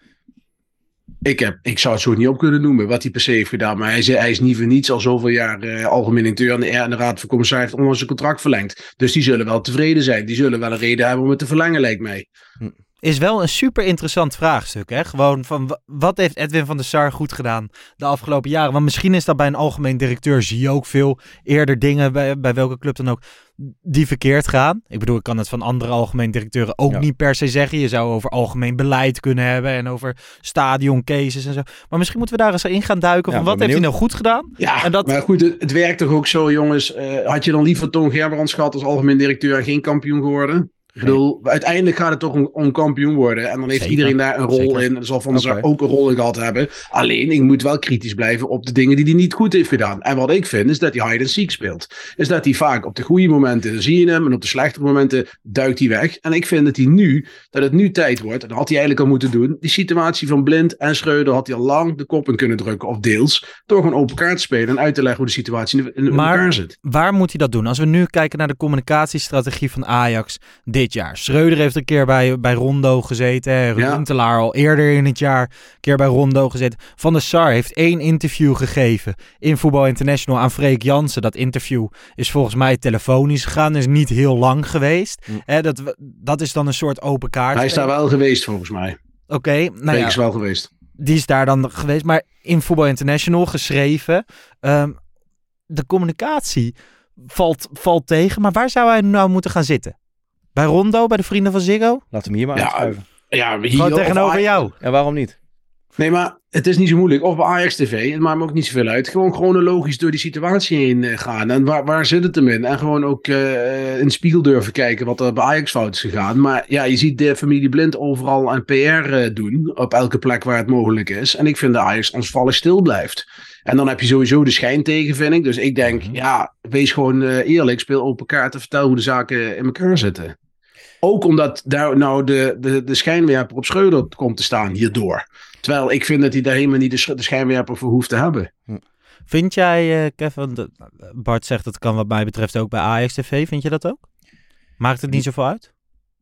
Ik, heb, ik zou het zo niet op kunnen noemen wat hij per se heeft gedaan. Maar hij is, hij is niet voor niets al zoveel jaar uh, algemeen directeur aan de, en de Raad van Commissarissen heeft onlangs zijn contract verlengd. Dus die zullen wel tevreden zijn. Die zullen wel een reden hebben om het te verlengen, lijkt mij. Is wel een super interessant vraagstuk. Hè? Gewoon van wat heeft Edwin van der Sar goed gedaan de afgelopen jaren? Want misschien is dat bij een algemeen directeur, zie je ook veel eerder dingen bij, bij welke club dan ook die verkeerd gaan. Ik bedoel, ik kan het van andere algemeen directeuren ook ja. niet per se zeggen. Je zou over algemeen beleid kunnen hebben en over stadioncases en zo. Maar misschien moeten we daar eens in gaan duiken van ja, wat heeft hij nou goed gedaan? Ja, en dat... maar goed, het, het werkt toch ook zo, jongens. Uh, had je dan liever Toon Gerbrands gehad als algemeen directeur en geen kampioen geworden? Ik bedoel, nee. uiteindelijk gaat het toch om, om kampioen worden. En dan heeft Zeker. iedereen daar een rol Zeker. in. En zal Van der Sar okay. ook een rol in gehad hebben. Alleen, ik moet wel kritisch blijven op de dingen die hij niet goed heeft gedaan. En wat ik vind, is dat hij hide and seek speelt. Is dat hij vaak op de goede momenten zie je hem. En op de slechte momenten duikt hij weg. En ik vind dat hij nu, dat het nu tijd wordt. En dat had hij eigenlijk al moeten doen. Die situatie van Blind en Schreuder had hij al lang de kop in kunnen drukken. Of deels. Door gewoon open kaart te spelen. En uit te leggen hoe de situatie in, in maar elkaar zit. Waar moet hij dat doen? Als we nu kijken naar de communicatiestrategie van Ajax dit jaar. Schreuder heeft een keer bij, bij Rondo gezeten. Runtelaar ja. al eerder in het jaar een keer bij Rondo gezeten. Van der Sar heeft één interview gegeven in Voetbal International aan Freek Jansen. Dat interview is volgens mij telefonisch gegaan. Is niet heel lang geweest. Mm. He, dat, dat is dan een soort open kaart. Hij is daar wel geweest volgens mij. Oké. Okay, nou Freek ja, is wel geweest. Die is daar dan geweest. Maar in Voetbal International geschreven. Um, de communicatie valt, valt tegen. Maar waar zou hij nou moeten gaan zitten? Bij Rondo, bij de vrienden van Ziggo? Laat hem hier maar ja, uitschuiven. Ja, hier Gewoon tegenover Aj- jou. En waarom niet? Nee, maar het is niet zo moeilijk. Of bij Ajax T V, het maakt me ook niet zoveel uit. Gewoon chronologisch door die situatie heen gaan. En waar, waar zit het hem in? En gewoon ook uh, in de spiegel durven kijken wat er bij Ajax fout is gegaan. Maar ja, je ziet de familie Blind overal aan P R uh, doen. Op elke plek waar het mogelijk is. En ik vind dat Ajax ansvallig stil blijft. En dan heb je sowieso de schijn tegen, vind ik. Dus ik denk, mm-hmm. ja, wees gewoon uh, eerlijk. Speel open kaart en vertel hoe de zaken in elkaar zitten. Ook omdat daar nou de, de, de schijnwerper op Schreuder komt te staan hierdoor. Terwijl ik vind dat hij daar helemaal niet de, sch- de schijnwerper voor hoeft te hebben. Vind jij, uh, Kevin, de, Bart zegt dat kan wat mij betreft ook bij Ajax T V. Vind je dat ook? Maakt het niet zoveel uit?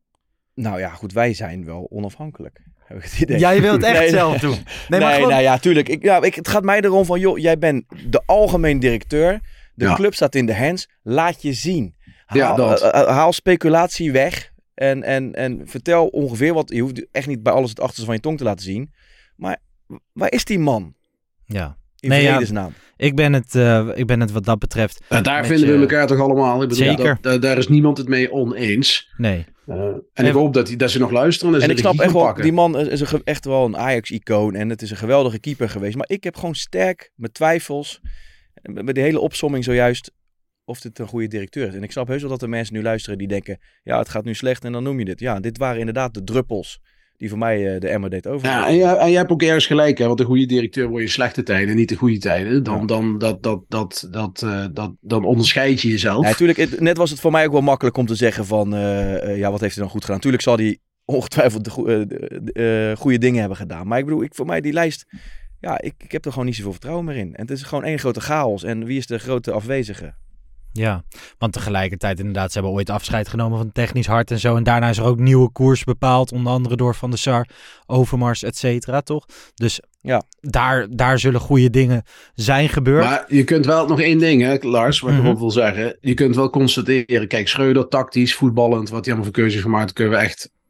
Nou ja, goed, wij zijn wel onafhankelijk. Heb ik het idee. Jij wilt het echt nee, zelf doen. Nee, nee, maar nee gewoon... nou ja, tuurlijk. Ik, nou, ik, het gaat mij erom van, joh, jij bent de algemeen directeur. De ja. club staat in de hands. Laat je zien. Haal, ja, dat. uh, haal speculatie weg. En, en, en vertel ongeveer wat. Je hoeft echt niet bij alles het achterste van je tong te laten zien. Maar waar is die man? Ja. In nee, vredesnaam. Ja, ik, ben het, uh, ik ben het wat dat betreft. En daar vinden je... we elkaar toch allemaal. Ik bedoel, Zeker. Dat, daar is niemand het mee oneens. Nee. Uh, en, en ik hoop dat, die, dat ze nog luisteren. En, en ik snap echt wel, die man is een, echt wel een Ajax-icoon. En het is een geweldige keeper geweest. Maar ik heb gewoon sterk mijn twijfels. Met de hele opsomming zojuist. Of dit een goede directeur is. En ik snap heus wel dat er mensen nu luisteren die denken... ja, het gaat nu slecht en dan noem je dit. Ja, dit waren inderdaad de druppels die voor mij uh, de emmer deed over. Ja, en jij, en jij hebt ook ergens gelijk, hè? Want een goede directeur word je slechte tijden, niet de goede tijden. Dan, ja. dan, dat, dat, dat, dat, uh, dat, dan onderscheid je jezelf. Ja, natuurlijk, het, net was het voor mij ook wel makkelijk om te zeggen van... Uh, uh, ja, wat heeft hij dan goed gedaan? Tuurlijk zal hij ongetwijfeld de, go- uh, de, de, uh, goede dingen hebben gedaan. Maar ik bedoel, ik, voor mij die lijst... Ja, ik, ik heb er gewoon niet zoveel vertrouwen meer in. En het is gewoon één grote chaos. En wie is de grote afwezige? Ja, want tegelijkertijd inderdaad, ze hebben ooit afscheid genomen van technisch hart en zo. En daarna is er ook nieuwe koers bepaald, onder andere door Van der Sar, Overmars, et cetera, toch? Dus ja, daar, daar zullen goede dingen zijn gebeurd. Maar je kunt wel nog één ding, hè, Lars, wat ik mm-hmm. erop wil zeggen. Je kunt wel constateren, kijk, Schreuder, tactisch, voetballend, wat hij allemaal voor keuzes gemaakt, kunnen we echt...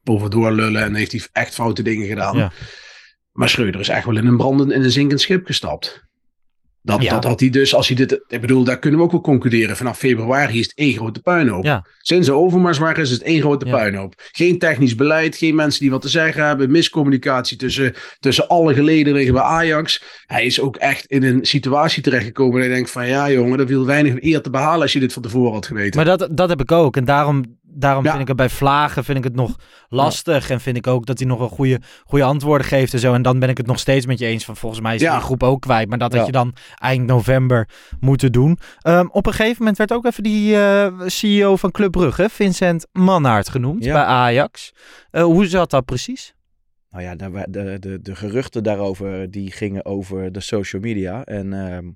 over doorlullen en heeft hij echt foute dingen gedaan. Ja. Maar Schreuder is echt wel in een brandend, in een zinkend schip gestapt. Dat, Ja. dat had hij dus, als hij dit... Ik bedoel, daar kunnen we ook wel concluderen. Vanaf februari is het één grote puinhoop. Ja. Sinds de Overmars waren is het één grote Ja. puinhoop. Geen technisch beleid, geen mensen die wat te zeggen hebben. Miscommunicatie tussen, tussen alle gelederen bij Ajax. Hij is ook echt in een situatie terechtgekomen dat je denkt van ja jongen, dat viel weinig eer te behalen als je dit van tevoren had geweten. Maar dat, dat heb ik ook. En daarom, daarom Ja. vind ik het bij Vlagen vind ik het nog lastig. En vind ik ook dat hij nog wel goede, goede antwoorden geeft en zo. En dan ben ik het nog steeds met je eens van volgens mij is Ja. die groep ook kwijt. Maar dat had Ja. je dan eind november moeten doen. Um, op een gegeven moment werd ook even die uh, C E O van Club Brugge, Vincent Mannaert genoemd Ja. bij Ajax. Uh, hoe zat dat precies? Nou ja, de, de, de, de geruchten daarover, die gingen over de social media. En um,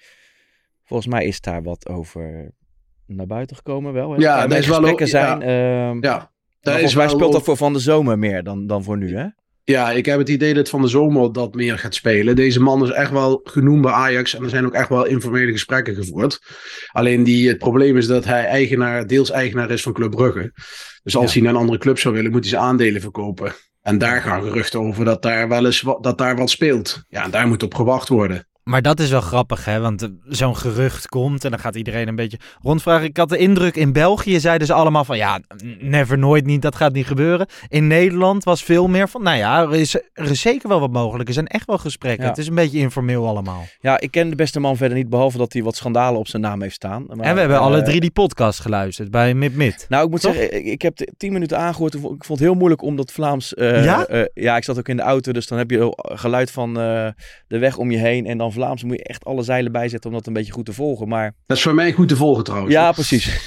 volgens mij is daar wat over naar buiten gekomen wel. Hè? Ja, er dat is wel gesprekken ook- zijn. ja. Um, Ja, maar daar volgens is mij wel speelt dat ook- voor van de zomer meer dan, dan voor nu, hè? Ja, ik heb het idee dat van de zomer dat meer gaat spelen. Deze man is echt wel genoemd bij Ajax en er zijn ook echt wel informele gesprekken gevoerd. Alleen die, het probleem is dat hij eigenaar, deels eigenaar is van Club Brugge. Dus als Ja. hij naar een andere club zou willen, moet hij zijn aandelen verkopen. En daar gaan geruchten over dat daar wel eens wat, dat daar wat speelt. Ja, en daar moet op gewacht worden. Maar dat is wel grappig, hè? Want uh, zo'n gerucht komt en dan gaat iedereen een beetje rondvragen. Ik had de indruk, in België zeiden ze allemaal van... ja, never, nooit niet, dat gaat niet gebeuren. In Nederland was veel meer van... nou ja, er is, er is zeker wel wat mogelijk. Er zijn echt wel gesprekken. Ja. Het is een beetje informeel allemaal. Ja, ik ken de beste man verder niet, behalve dat hij wat schandalen op zijn naam heeft staan. Maar, en we hebben uh, alle drie die podcast geluisterd bij Mid Mid. Nou, ik moet Toch? zeggen, ik, ik heb t- tien minuten aangehoord. Ik vond het heel moeilijk om dat Vlaams... Uh, Ja? Uh, ja, ik zat ook in de auto, dus dan heb je geluid van uh, de weg om je heen. En dan Vlaams moet je echt alle zeilen bijzetten om dat een beetje goed te volgen. Maar... Dat is voor mij goed te volgen trouwens. Ja, precies.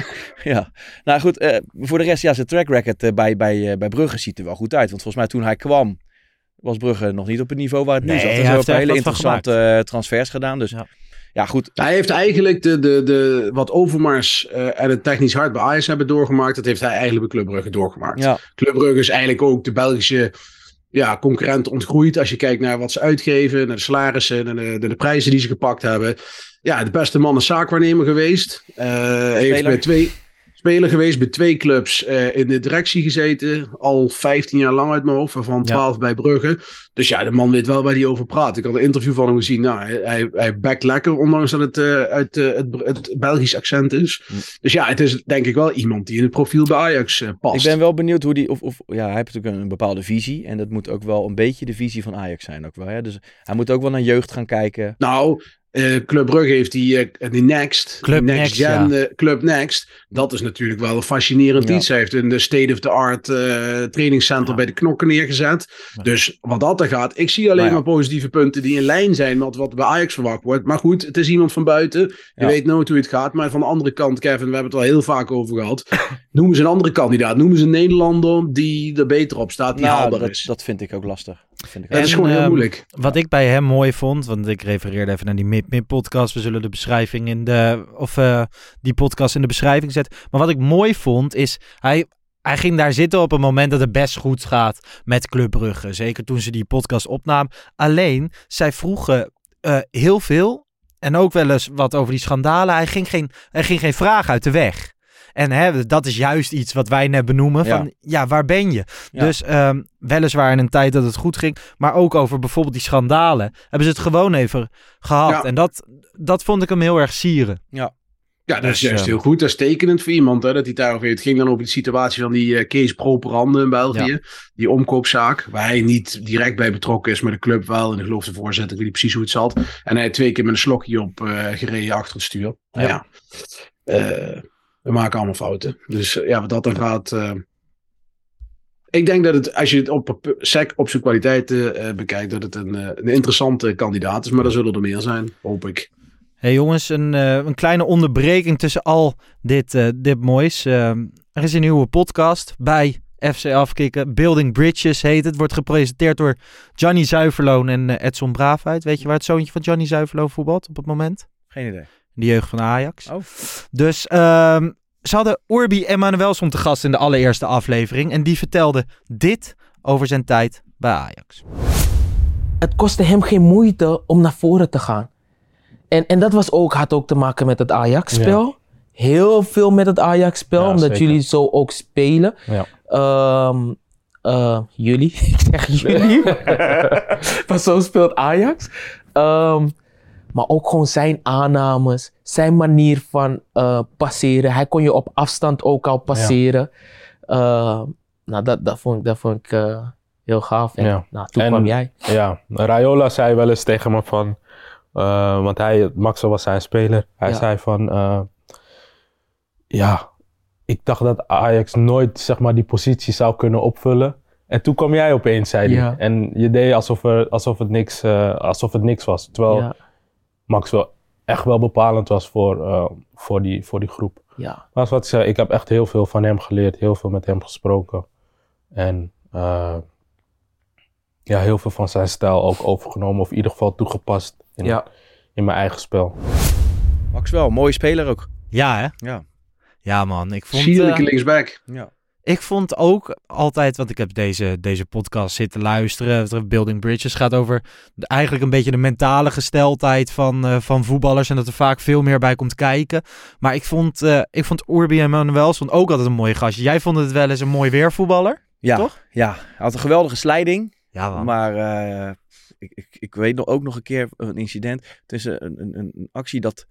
ja. Nou goed, uh, voor de rest, ja, zijn track record uh, bij, bij, uh, bij Brugge ziet er wel goed uit. Want volgens mij toen hij kwam, was Brugge nog niet op het niveau waar het nu Nee, zat. hij Er zijn heeft ook er hele echt wat van interessante uh, transfers gedaan. Dus ja, ja goed. Hij heeft eigenlijk de, de, de, wat Overmars uh, en het technisch hart bij Ajax hebben doorgemaakt. Dat heeft hij eigenlijk bij Club Brugge doorgemaakt. Ja. Club Brugge is eigenlijk ook de Belgische ja, concurrent ontgroeid. Als je kijkt naar wat ze uitgeven, naar de salarissen, naar de, de, de prijzen die ze gepakt hebben. Ja, de beste man is zaakwaarnemer geweest. Uh, heeft bij twee... Speler geweest bij twee clubs uh, in de directie gezeten. Al vijftien jaar lang uit mijn hoofd. Waarvan twaalf ja. bij Brugge. Dus ja, de man weet wel waar hij over praat. Ik had een interview van hem gezien. Nou, hij, hij backt lekker. Ondanks dat het uh, uit uh, het, het Belgisch accent is. Hm. Dus ja, het is denk ik wel iemand die in het profiel bij Ajax uh, past. Ik ben wel benieuwd hoe die... Of, of, ja, hij heeft natuurlijk een bepaalde visie. En dat moet ook wel een beetje de visie van Ajax zijn. Ook wel, ja? Dus hij moet ook wel naar jeugd gaan kijken. Nou... Uh, Club Brugge heeft die, uh, die Next, Club Next Next, Gen, ja. uh, Club Next. Dat is natuurlijk wel een fascinerend ja. iets. Hij heeft een state-of-the-art uh, trainingscentrum ja. bij de knokken neergezet. Ja. Dus wat dat er gaat, ik zie alleen nou ja. maar positieve punten die in lijn zijn met wat bij Ajax verwacht wordt. Maar goed, het is iemand van buiten. Je ja. weet nooit hoe het gaat. Maar van de andere kant, Kevin, we hebben het al heel vaak over gehad. Noemen ze een andere kandidaat. Noemen ze een Nederlander die er beter op staat, die nou, haalbaar dat, is. Dat vind ik ook lastig. Dat, vind ik ja, dat is gewoon heel uh, moeilijk. Wat ik bij hem mooi vond, want ik refereerde even naar die Mid Mid podcast. We zullen de beschrijving in de, of uh, die podcast in de beschrijving zetten. Maar wat ik mooi vond is, hij, hij ging daar zitten op een moment dat het best goed gaat met Club Brugge. Zeker toen ze die podcast opnamen. Alleen, zij vroegen uh, heel veel en ook wel eens wat over die schandalen. Hij ging geen, hij ging geen vraag uit de weg. En hè, dat is juist iets wat wij net benoemen. Van ja, ja waar ben je? Ja. Dus um, weliswaar in een tijd dat het goed ging. Maar ook over bijvoorbeeld die schandalen. Hebben ze het gewoon even gehad. Ja. En dat, dat vond ik hem heel erg sieren. Ja. Ja, dat dus, is juist uh, heel goed. Dat is tekenend voor iemand. Hè, dat hij daarover heeft. Het ging dan over de situatie van die uh, Kees Properande in België. Ja. Die omkoopzaak. Waar hij niet direct bij betrokken is. Maar de club wel. En ik geloof de voorzitter. Ik weet niet precies hoe het zat. En hij heeft twee keer met een slokje op uh, gereden achter het stuur. Ja. ja. Uh, We maken allemaal fouten. Dus uh, ja, wat dat dan gaat... Uh... Ik denk dat het, als je het op, sec, op zijn kwaliteiten uh, bekijkt... dat het een, uh, een interessante kandidaat is. Maar er zullen er meer zijn, hoop ik. Hey jongens, een, uh, een kleine onderbreking tussen al dit, uh, dit moois. Uh, er is een nieuwe podcast bij F C Afkikken. Building Bridges heet het. Wordt gepresenteerd door Gianni Zuiverloon en uh, Edson Braafheid. Weet je waar het zoontje van Gianni Zuiverloon voetbalt op het moment? Geen idee. De jeugd van Ajax. Oh. Dus uh, ze hadden Urbi Emanuelson te gast in de allereerste aflevering. En die vertelde dit over zijn tijd bij Ajax. Het kostte hem geen moeite om naar voren te gaan. En, en dat was ook, had ook te maken met het Ajax-spel. Ja. Heel veel met het Ajax-spel, ja, omdat zeker. jullie zo ook spelen. Ja. Um, uh, jullie, ik zeg jullie. Maar zo speelt Ajax. Um, maar ook gewoon zijn aannames, zijn manier van uh, passeren. Hij kon je op afstand ook al passeren. Ja. Uh, nou, dat, dat vond ik, dat vond ik uh, heel gaaf. En ja. nou, toen en, kwam jij. Ja, Raiola zei wel eens tegen me van... Uh, want hij, Maxwell was zijn speler. Hij ja. zei van... Uh, ja, ik dacht dat Ajax nooit zeg maar, die positie zou kunnen opvullen. En toen kwam jij opeens, zei hij. Ja. En je deed alsof, er, alsof, het niks, uh, alsof het niks was. Terwijl ja. Maxwell echt wel bepalend was voor, uh, voor, die, voor die groep. Ja. Maar wat ik zei, ik heb echt heel veel van hem geleerd. Heel veel met hem gesproken. En uh, ja, heel veel van zijn stijl ook overgenomen. Of in ieder geval toegepast in, ja. in mijn eigen spel. Maxwell, mooie speler ook. Ja, hè? Ja. Ja, man. Ik vond... Sierlijke uh, linksback. Ja. Ik vond ook altijd, want ik heb deze, deze podcast zitten luisteren. Building Bridges gaat over de, eigenlijk een beetje de mentale gesteldheid van, uh, van voetballers. En dat er vaak veel meer bij komt kijken. Maar ik vond, uh, ik vond Urbi en Manuels vond ook altijd een mooie gastje. Jij vond het wel eens een mooi weervoetballer, ja, toch? Ja, hij had een geweldige slijding. Ja, man. Maar uh, ik, ik, ik weet nog, ook nog een keer een incident. Het is een, een, een, een actie dat...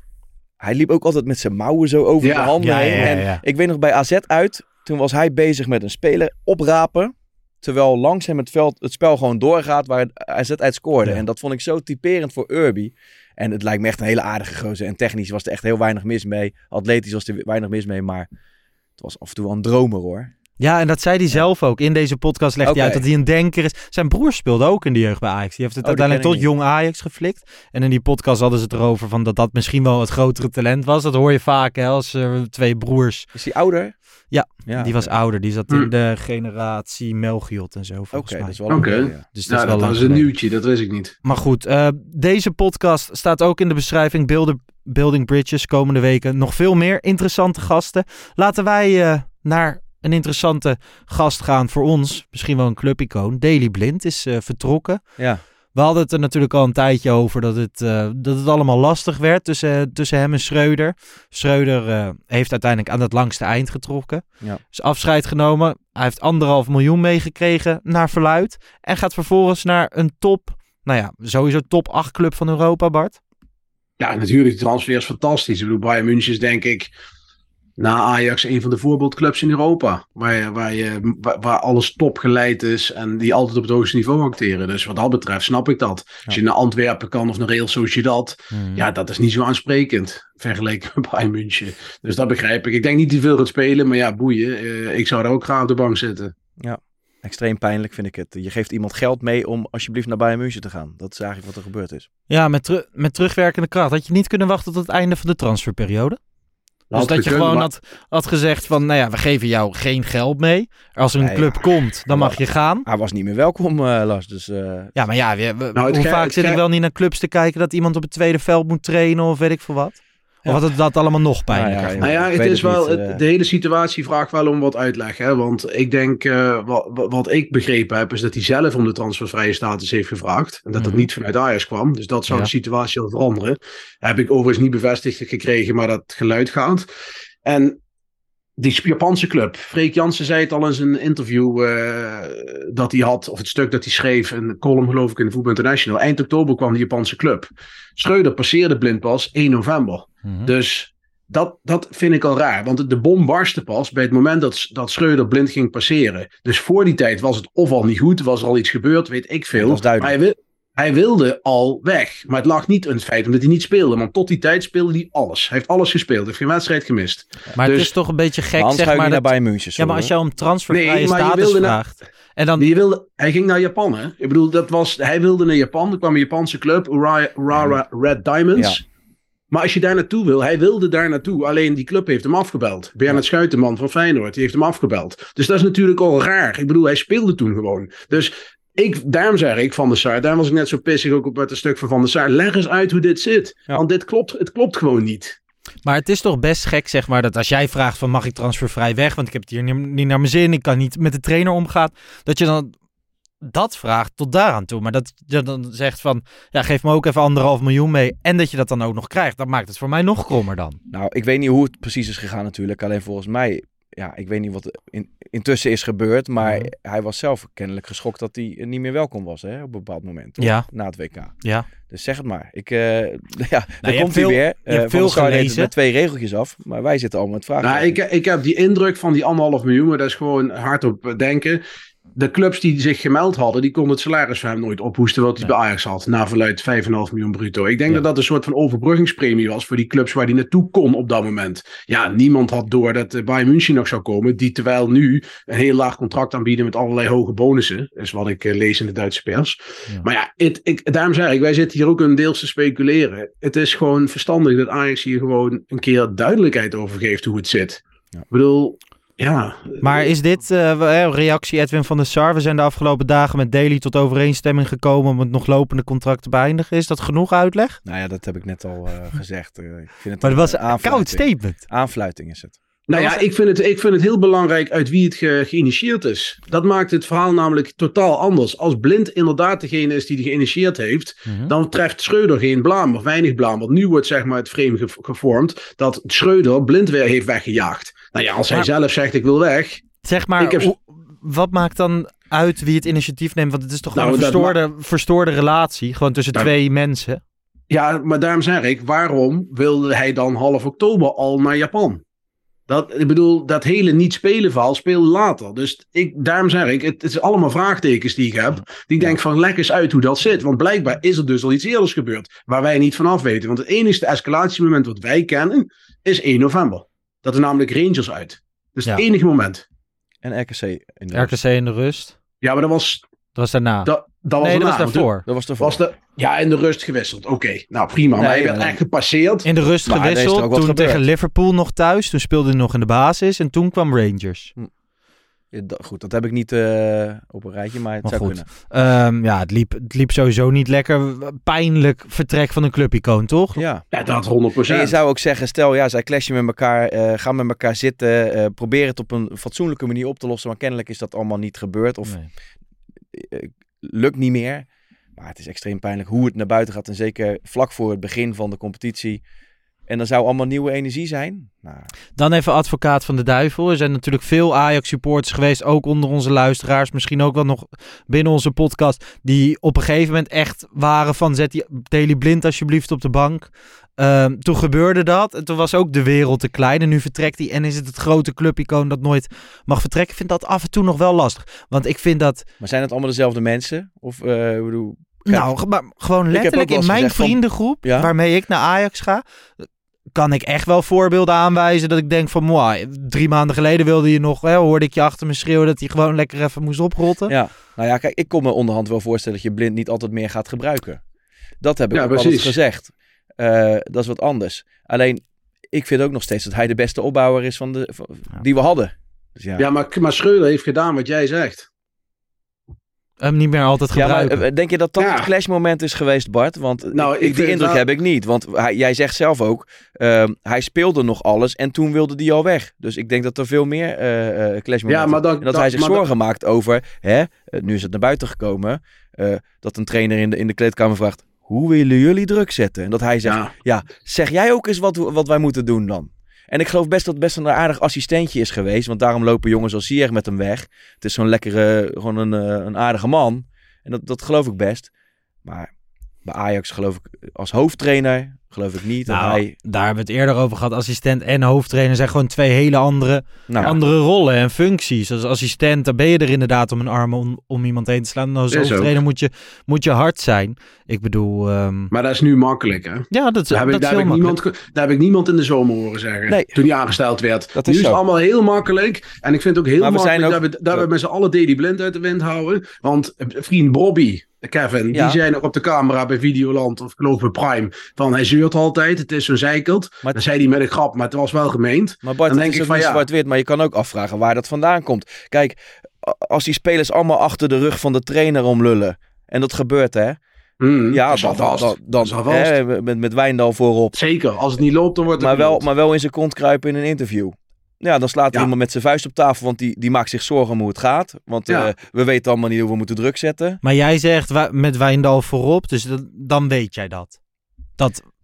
Hij liep ook altijd met zijn mouwen zo over ja, de handen ja, heen. Ja, ja, ja. En ik weet nog bij A Z uit... Toen was hij bezig met een speler oprapen. Terwijl langs hem het veld het spel gewoon doorgaat waar A Z uit scoorde. Ja. En dat vond ik zo typerend voor Urbi. En het lijkt me echt een hele aardige gozer. En technisch was er echt heel weinig mis mee. Atletisch was er weinig mis mee. Maar het was af en toe wel een dromer hoor. Ja, en dat zei hij zelf ook. In deze podcast legt okay. hij uit dat hij een denker is. Zijn broer speelde ook in de jeugd bij Ajax. Die heeft het oh, uiteindelijk tot jong Ajax geflikt. En in die podcast hadden ze het erover van dat dat misschien wel het grotere talent was. Dat hoor je vaak hè, als uh, twee broers. Is hij ouder? Ja, ja, die was okay. ouder. Die zat in de generatie Melchiot en zo. Oké, okay, dat is wel Oké, okay. ja. dus dat, nou, is wel dat was een nieuwtje, dat wist ik niet. Maar goed, uh, deze podcast staat ook in de beschrijving. Builder, Building Bridges, komende weken nog veel meer interessante gasten. Laten wij uh, naar een interessante gast gaan voor ons. Misschien wel een clubicoon. Daley Blind is uh, vertrokken. Ja. We hadden het er natuurlijk al een tijdje over dat het, uh, dat het allemaal lastig werd tussen, uh, tussen hem en Schreuder. Schreuder uh, heeft uiteindelijk aan het langste eind getrokken. Ja. Dus afscheid genomen. Hij heeft anderhalf miljoen meegekregen naar verluidt. En gaat vervolgens naar een top, nou ja, sowieso top acht club van Europa, Bart. Ja, natuurlijk. De transfer is fantastisch. Ik bedoel, Bayern München is denk ik na Ajax een van de voorbeeldclubs in Europa. Waar, waar, je, waar, waar alles top geleid is en die altijd op het hoogste niveau acteren. Dus wat dat betreft snap ik dat. Ja. Als je naar Antwerpen kan of naar Real Sociedad. Mm. Ja, dat is niet zo aansprekend vergeleken met Bayern München. Dus dat begrijp ik. Ik denk niet dat hij veel gaat spelen, maar ja, boeien. Uh, ik zou daar ook graag op de bank zitten. Ja, extreem pijnlijk vind ik het. Je geeft iemand geld mee om alsjeblieft naar Bayern München te gaan. Dat is eigenlijk wat er gebeurd is. Ja, met, teru- met terugwerkende kracht. Had je niet kunnen wachten tot het einde van de transferperiode? Dus dat gekund, je gewoon maar... had, had gezegd van, nou ja, we geven jou geen geld mee. Als er een nee, club ja. komt, dan mag je gaan. Hij was niet meer welkom, uh, Lars. Dus, uh... Ja, maar ja, we, we, nou, hoe ge- vaak zit ge- ik wel niet naar clubs te kijken dat iemand op het tweede veld moet trainen of weet ik veel wat? Of ja. had het dat allemaal nog pijnlijker? Nou ja, nou ja, het is het wel, niet, uh... de hele situatie vraagt wel om wat uitleg. Hè? Want ik denk, uh, wat, wat ik begrepen heb, is dat hij zelf om de transfervrije status heeft gevraagd. En dat mm-hmm. dat niet vanuit Ajax kwam. Dus dat zou ja. de situatie al veranderen. Dat heb ik overigens niet bevestigd gekregen, maar dat geluid gaat. En die Japanse club, Freek Jansen zei het al in zijn interview uh, dat hij had, of het stuk dat hij schreef, een column geloof ik in de Voetbal International. Eind oktober kwam die Japanse club. Schreuder passeerde Blind pas één november. Mm-hmm. Dus dat, dat vind ik al raar, want de bom barstte pas bij het moment dat, dat Schreuder Blind ging passeren. Dus voor die tijd was het of al niet goed, was er al iets gebeurd, weet ik veel. Dat is duidelijk. Maar hij wil, Hij wilde al weg. Maar het lag niet in het feit omdat hij niet speelde. Want tot die tijd speelde hij alles. Hij heeft alles gespeeld. Hij heeft geen wedstrijd gemist. Maar dus, het is toch een beetje gek, zeg maar. Dat... Dat... München, ja, maar als je om transfervrije nee, status vraagt... Na... En dan... die wilde... Hij ging naar Japan, hè? Ik bedoel, dat was... hij wilde naar Japan. Er kwam een Japanse club, Urawa, Urawa Red Diamonds. Ja. Maar als je daar naartoe wil, hij wilde daar naartoe. Alleen die club heeft hem afgebeld. Bernard Schuitenman van Feyenoord, die heeft hem afgebeld. Dus dat is natuurlijk al raar. Ik bedoel, hij speelde toen gewoon. Dus... Ik, daarom zeg ik Van der Sar, daarom was ik net zo pissig ook op het stuk van Van der Sar. Leg eens uit hoe dit zit. Ja. Want dit klopt, het klopt gewoon niet. Maar het is toch best gek, zeg maar, dat als jij vraagt van mag ik transfervrij weg, want ik heb het hier niet, niet naar mijn zin, ik kan niet met de trainer omgaan, dat je dan dat vraagt tot daaraan toe. Maar dat je dan zegt van, ja, geef me ook even anderhalf miljoen mee en dat je dat dan ook nog krijgt, dat maakt het voor mij nog krommer dan. Nou, ik weet niet hoe het precies is gegaan natuurlijk, alleen volgens mij ja, ik weet niet wat in, intussen is gebeurd, maar Mm. hij was zelf kennelijk geschokt dat hij niet meer welkom was, hè, op een bepaald moment. Toch? Ja. Na het W K. Ja. Dus zeg het maar. Ik, uh, ja, daar je komt hebt hij veel- weer. je Uh, hebt van veel de Sar deed het gelezen. met twee regeltjes af, maar wij zitten allemaal met vragen. Nou, ik, ik heb die indruk van die anderhalf miljoen, maar dat is gewoon hardop denken. De clubs die zich gemeld hadden, die konden het salaris van hem nooit ophoesten wat hij Nee. bij Ajax had. Na verluid vijf komma vijf miljoen bruto. Ik denk Ja. dat dat een soort van overbruggingspremie was voor die clubs waar hij naartoe kon op dat moment. Ja, niemand had door dat uh, Bayern München nog zou komen, die terwijl nu een heel laag contract aanbieden met allerlei hoge bonussen. Is wat ik uh, lees in de Duitse pers. Ja. Maar ja, het, ik, daarom zeg ik, wij zitten hier ook een deels te speculeren. Het is gewoon verstandig dat Ajax hier gewoon een keer duidelijkheid over geeft hoe het zit. Ja. Ik bedoel, ja. Maar is dit, uh, reactie Edwin van der Sar, we zijn de afgelopen dagen met Daly tot overeenstemming gekomen om het nog lopende contract te beëindigen. Is dat genoeg uitleg? Nou ja, dat heb ik net al uh, gezegd. Uh, ik vind het Maar dat was een een koud statement. Aanfluiting is het. Nou ja, ik vind, het, ik vind het heel belangrijk uit wie het ge, geïnitieerd is. Dat maakt het verhaal namelijk totaal anders. Als Blind inderdaad degene is die het geïnitieerd heeft, Mm-hmm. dan treft Schreuder geen blaam of weinig blaam. Want nu wordt zeg maar het frame ge, gevormd dat Schreuder Blind weer heeft weggejaagd. Nou ja, als hij Maar- zelf zegt ik wil weg. Zeg maar, Ik heb- hoe- wat maakt dan uit wie het initiatief neemt? Want het is toch gewoon Nou, een dat verstoorde, verstoorde relatie, gewoon tussen Nou, twee mensen. Ja, maar daarom zeg ik, waarom wilde hij dan half oktober al naar Japan? Dat, ik bedoel, dat hele niet-spelen verhaal speelde later. Dus ik, daarom zeg ik, het, het is allemaal vraagtekens die ik heb. Die ik denk van, leg eens uit hoe dat zit. Want blijkbaar is er dus al iets eerders gebeurd. Waar wij niet vanaf weten. Want het enige escalatiemoment wat wij kennen, is één november. Dat is namelijk Rangers uit. Dat is Ja. het enige moment. En R K C. In de R K C in de rust. Ja, maar dat was... Dat was daarna. Dat, dat was nee, dat was daarna. daarvoor. Dat was ervoor. Was de, ja, in de rust gewisseld. Oké, nou prima. Nee, maar hij werd nee. echt gepasseerd. In de rust Maar er is er gewisseld, ook wat toen gebeurd. tegen Liverpool nog thuis. Toen speelde hij nog in de basis en toen kwam Rangers. Ja, dat- goed, dat heb ik niet uh, op een rijtje, maar het Maar zou goed. kunnen. Um, ja, het liep, het liep sowieso niet lekker. Pijnlijk vertrek van een clubicoon, toch? Ja. Ja, dat honderd procent. En je zou ook zeggen, stel ja, zij clashen met elkaar, uh, gaan met elkaar zitten, uh, probeer het op een fatsoenlijke manier op te lossen, maar kennelijk is dat allemaal niet gebeurd of Nee. uh, lukt niet meer. Maar het is extreem pijnlijk hoe het naar buiten gaat en zeker vlak voor het begin van de competitie. En dan zou allemaal nieuwe energie zijn. Nou, Dan even advocaat van de duivel. Er zijn natuurlijk veel Ajax-supporters geweest, ook onder onze luisteraars. Misschien ook wel nog binnen onze podcast, die op een gegeven moment echt waren van zet die Daily Blind alsjeblieft op de bank. Um, toen gebeurde dat. En toen was ook de wereld te klein. En nu vertrekt hij en is het het grote clubicoon dat nooit mag vertrekken. Ik vind dat af en toe nog wel lastig. Want ik vind dat... maar zijn het allemaal dezelfde mensen? Of, uh, ik bedoel... Nou, ge- maar gewoon Ik heb ook letterlijk wel in eens mijn gezegd van- vriendengroep, Ja? waarmee ik naar Ajax ga, kan ik echt wel voorbeelden aanwijzen dat ik denk van, moi, drie maanden geleden wilde je nog, hè, hoorde ik je achter me schreeuwen dat hij gewoon lekker even moest oprotten. Ja, nou ja, kijk, ik kon me onderhand wel voorstellen dat je Blind niet altijd meer gaat gebruiken. Dat heb ik Ja, ook altijd precies. gezegd. Uh, dat is wat anders. Alleen, ik vind ook nog steeds dat hij de beste opbouwer is van de, van, die we hadden. Dus ja. Ja, maar, maar Schreuder heeft gedaan wat jij zegt. Hem niet meer altijd Ja, gebruiken. maar uh, denk je dat dat Ja. het clashmoment is geweest, Bart? Want Nou, ik, ik die vind indruk wel- heb ik niet. Want hij, jij zegt zelf ook, uh, hij speelde nog alles en toen wilde hij al weg. Dus ik denk dat er veel meer uh, uh, clashmomenten Ja, maar dan- en dat dan- hij zich maar zorgen maakt over, hè, uh, nu is het naar buiten gekomen, uh, dat een trainer in de, in de kleedkamer vraagt, hoe willen jullie druk zetten? En dat hij zegt, ja, Ja. zeg jij ook eens wat, wat wij moeten doen dan? En ik geloof best dat het best een aardig assistentje is geweest. Want daarom lopen jongens als Ziyech met hem weg. Het is zo'n lekkere, gewoon een, uh, een aardige man. En dat, dat geloof ik best. Maar bij Ajax geloof ik als hoofdtrainer, geloof ik niet. Dat Nou, hij, daar hebben we het eerder over gehad. Assistent en hoofdtrainer zijn gewoon twee hele andere, nou, andere rollen en functies. Als assistent, dan ben je er inderdaad om een arm om, om iemand heen te slaan. En als Is ook. hoofdtrainer moet je, moet je hard zijn. Ik bedoel... Um... Maar dat is nu makkelijk, hè? Ja, dat, Daar heb, dat ik, daar, is heb heel ik makkelijk. niemand, daar heb ik niemand in de zomer horen zeggen. Nee. Toen hij aangesteld werd. Dat nu is is het zo. allemaal heel makkelijk. En ik vind het ook heel Maar we makkelijk zijn ook- dat we, dat we met z'n allen Daily Blind uit de wind houden. Want vriend Bobby, Kevin, Ja. die zei nog op de camera bij Videoland, of ik geloof bij Prime, van hij zeurt altijd, het is zo'n zeikelt. Maar- Dan zei hij met een grap, maar het was wel gemeend. maar Bart, dan het denk is ik ook van, niet ja. zwart-wit. Maar je kan ook afvragen waar dat vandaan komt. Kijk, a- als die spelers allemaal achter de rug van de trainer omlullen. En dat gebeurt, hè? Hmm, Ja, dat is dan, wel vast. dan, dan, Dat is wel vast. hè, met, met Wijndal voorop. Zeker, als het niet loopt, dan wordt het Maar wel, geluld. maar wel in zijn kont kruipen in een interview. Ja, dan slaat er Ja. iemand met zijn vuist op tafel, want die, die maakt zich zorgen om hoe het gaat. Want Ja. uh, we weten allemaal niet hoe we moeten druk zetten. Maar jij zegt wa- met Wijndal voorop, dus dat- dan weet jij dat. Dat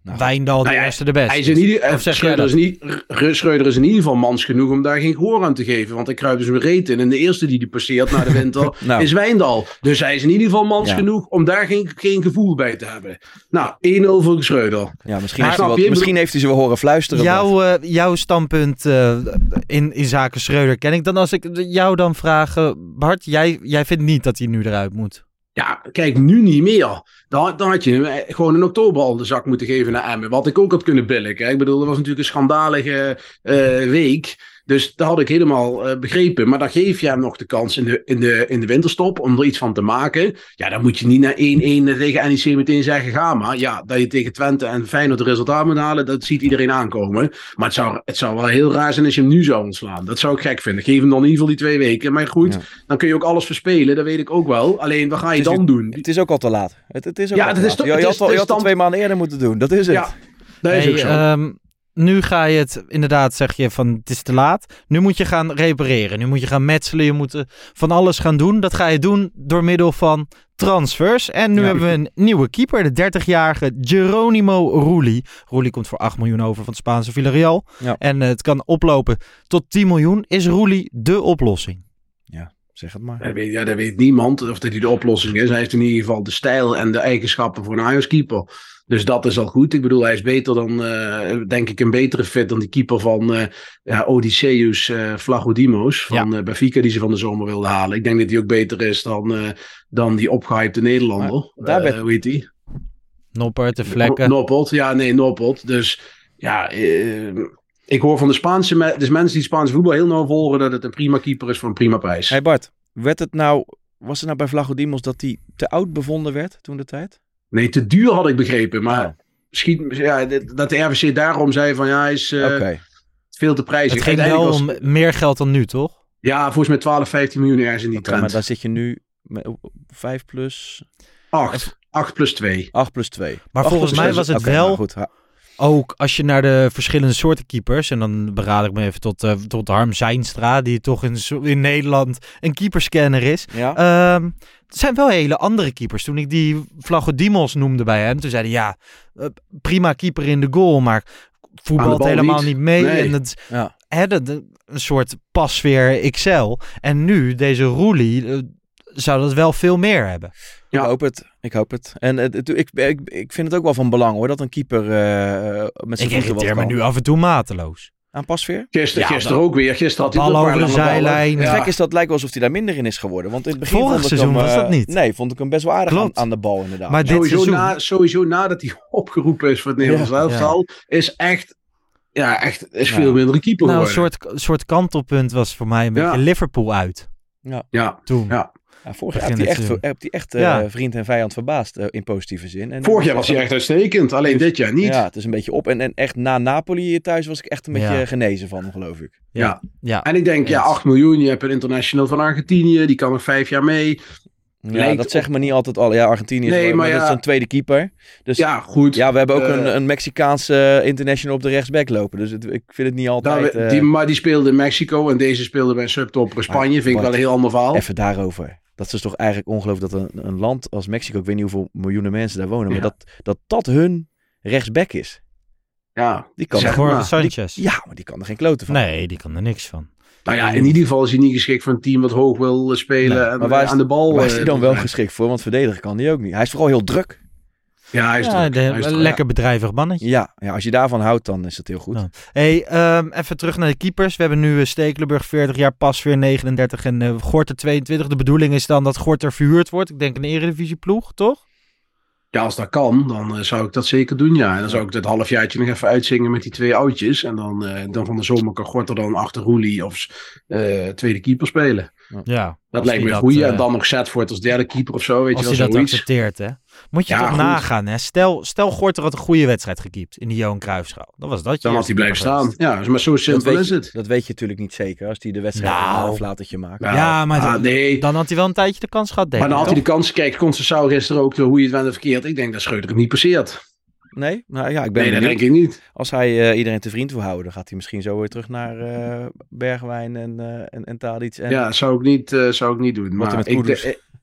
Nou, Wijndal, de nou ja, eerste de beste. Hij is in ieder, Schreuder, is niet, Schreuder is in ieder geval mans genoeg om daar geen gehoor aan te geven. Want ik kruip dus een reet in. En de eerste die die passeert na de winter nou. is Wijndal. Dus hij is in ieder geval mans ja. genoeg om daar geen, geen gevoel bij te hebben. Nou, één nul voor Schreuder. Ja, misschien, heeft hij, wat, je, misschien heeft hij ze wel horen fluisteren. Jouw, uh, jouw standpunt uh, in, in zaken Schreuder ken ik dan. Als ik jou dan vraag, uh, Bart, jij, jij vindt niet dat hij nu eruit moet? Ja, kijk, nu niet meer. Dan, dan had je gewoon in oktober al de zak moeten geven naar Emmen. Wat ik ook had kunnen billiken. Ik bedoel, dat was natuurlijk een schandalige uh, week. Dus dat had ik helemaal uh, begrepen. Maar dan geef je hem nog de kans in de, in, de, in de winterstop om er iets van te maken. Ja, dan moet je niet naar één-één tegen N E C meteen zeggen, ga maar. Ja, dat je tegen Twente en Feyenoord het resultaat moet halen, dat ziet iedereen aankomen. Maar het zou, het zou wel heel raar zijn als je hem nu zou ontslaan. Dat zou ik gek vinden. Geef hem dan in ieder geval die twee weken. Maar goed, ja. dan kun je ook alles verspelen. Dat weet ik ook wel. Alleen, wat ga je dan ook, doen? Het is ook al te laat. Het, het is ook ja, al te het laat. Is to, je, je had al, je had al twee maanden eerder moeten doen. Dat is het. Ja, dat is hey, ook zo. Um, Nu ga je het, inderdaad zeg je van het is te laat. Nu moet je gaan repareren. Nu moet je gaan metselen. Je moet van alles gaan doen. Dat ga je doen door middel van transfers. En nu ja. hebben we een nieuwe keeper. De dertigjarige Geronimo Rulli. Rulli komt voor acht miljoen over van het Spaanse Villarreal. Ja. En uh, het kan oplopen tot tien miljoen. Is Rulli de oplossing? Ja, zeg het maar. Dat weet, ja, dat weet niemand of dat hij de oplossing is. Hij heeft in ieder geval de stijl en de eigenschappen voor een Ajax-keeper. Dus dat is al goed. Ik bedoel, hij is beter dan, uh, denk ik, een betere fit dan die keeper van uh, ja, Odysseus uh, Vlachodimos van ja. uh, Benfica, die ze van de zomer wilden halen. Ik denk dat hij ook beter is dan, uh, dan die opgehypte Nederlander. Maar daar uh, werd... Hoe heet die? Noppert, de Vlekken. Noppert, ja, nee, Noppert. Dus ja, uh, ik hoor van de Spaanse, me- dus mensen die Spaanse voetbal heel nauw volgen, dat het een prima keeper is voor een prima prijs. Hey Bart, werd het nou, was het nou bij Vlachodimos dat hij te oud bevonden werd toen de tijd? Nee, te duur had ik begrepen. Maar oh. misschien ja, dat de R V C daarom zei van ja, hij is uh, okay. veel te prijzig. Het ging wel was, om meer geld dan nu, toch? Ja, volgens mij twaalf, vijftien miljoen ergens in die okay, trend. Maar dan zit je nu met vijf plus... acht. acht plus twee. acht plus twee. Maar acht volgens mij was het okay, wel... Goed, ja. Ook als je naar de verschillende soorten keepers... en dan beraad ik me even tot, uh, tot Harm Zijnstra... die toch in, in Nederland een keeperscanner is. Ja. Um, er zijn wel hele andere keepers. Toen ik die Vlachodimos noemde bij hem... toen zeiden ja, uh, prima keeper in de goal... maar voetbalt helemaal niet, niet mee. Nee. En het, ja. hè, de, de, een soort pasveer X L. En nu, deze Rulli... Uh, zou dat wel veel meer hebben. Ja. Ik hoop het. Ik hoop het. En uh, ik, ik, ik vind het ook wel van belang hoor, dat een keeper uh, met zijn voeten wat kan. Ik me nu af en toe mateloos. Aan pasveer? Gisteren, ja, gisteren ook weer. Gisteren had hij bal over de zijlijn. Ja. Gek is dat het lijkt wel alsof hij daar minder in is geworden. Want in het begin Vorig vond ik seizoen hem, uh, was dat niet. Nee, vond ik hem best wel aardig aan, aan de bal inderdaad. Maar dit sowieso, seizoen... na, sowieso nadat hij opgeroepen is voor het Nederlands ja, elftal, ja. is echt... Ja, echt is veel ja. minder een keeper nou, geworden. Een soort, soort kantelpunt was voor mij een beetje ja. Liverpool uit. Ja. ja. Toen. Ja. Ja, vorig jaar heb hij echt, heb hij echt uh, ja. vriend en vijand verbaasd uh, in positieve zin. En vorig jaar was hij echt uitstekend, alleen dus, dit jaar niet. Ja, het is een beetje op. En, en echt na Napoli thuis was ik echt een beetje ja. genezen van, geloof ik. Ja, ja. ja. En ik denk, ja, acht miljoen, je hebt een international van Argentinië, die kan nog vijf jaar mee. Ja, Lijkt dat op... zeggen we niet altijd al. Ja, Argentinië is nee, wel, maar, maar ja. dat is een tweede keeper. Dus ja, goed. Ja, we hebben ook uh, een, een Mexicaanse international op de rechtsback lopen. Dus het, ik vind het niet altijd... Nou, die, uh... Maar die speelde in Mexico en deze speelde bij een subtopper Spanje. Maar, vind ik wel een heel ander verhaal. Even daarover. Dat is toch eigenlijk ongelooflijk dat een, een land als Mexico, ik weet niet hoeveel miljoenen mensen daar wonen, ja. maar dat, dat dat hun rechtsback is. Ja, die kan zeg maar Sanchez. Die, ja, maar die kan er geen kloten van. Nee, die kan er niks van. Nou ja, in ieder geval is hij niet geschikt voor een team wat hoog wil spelen nee, en maar waar is, aan de bal. Waar is hij dan wel geschikt voor? Want verdedigen kan hij ook niet. Hij is vooral heel druk. Ja, hij is ja, druk. De, hij is een druk, lekker ja. bedrijvig mannetje. Ja, ja, als je daarvan houdt, dan is het heel goed. Ja. Hey, um, even terug naar de keepers. We hebben nu uh, Stekelenburg veertig jaar, Pasveer negenendertig en uh, Gorter tweeëntwintig. De bedoeling is dan dat Gorter verhuurd wordt. Ik denk een eredivisieploeg, toch? Ja, als dat kan, dan uh, zou ik dat zeker doen, ja. En dan zou ik het halfjaartje nog even uitzingen met die twee oudjes. En dan, uh, dan van de zomer kan Gorter dan achter Rulli of uh, tweede keeper spelen. Ja. Dat lijkt me goed. Uh, en dan nog Zetvoort als derde keeper of zo, weet als je wel, hij dat accepteert, hè. Moet je ja, toch goed. nagaan, hè. Stel, stel Gorter had een goede wedstrijd gekiept in die Johan Cruijffschaal. Dan was dat je Dan had hij blijven staan. Ja, maar zo simpel is je, het. Dat weet je natuurlijk niet zeker, als hij de wedstrijd nou, een aflatertje maakt. Nou, ja, maar ah, dan, nee. dan had hij wel een tijdje de kans gehad, denk Maar dan ik, had hij de kans, kijk, Conceição gisteren ook, hoe je het wende verkeerd. Ik denk dat Schreuder het niet passeert. Nee? Nou ja, ik ben Nee, dat denk ik niet. Als hij uh, iedereen te vriend wil houden, dan gaat hij misschien zo weer terug naar uh, Bergwijn en, uh, en, en Tadic. En... Ja, zou ik niet, uh, zou ik niet doen. Wat maar ik, de,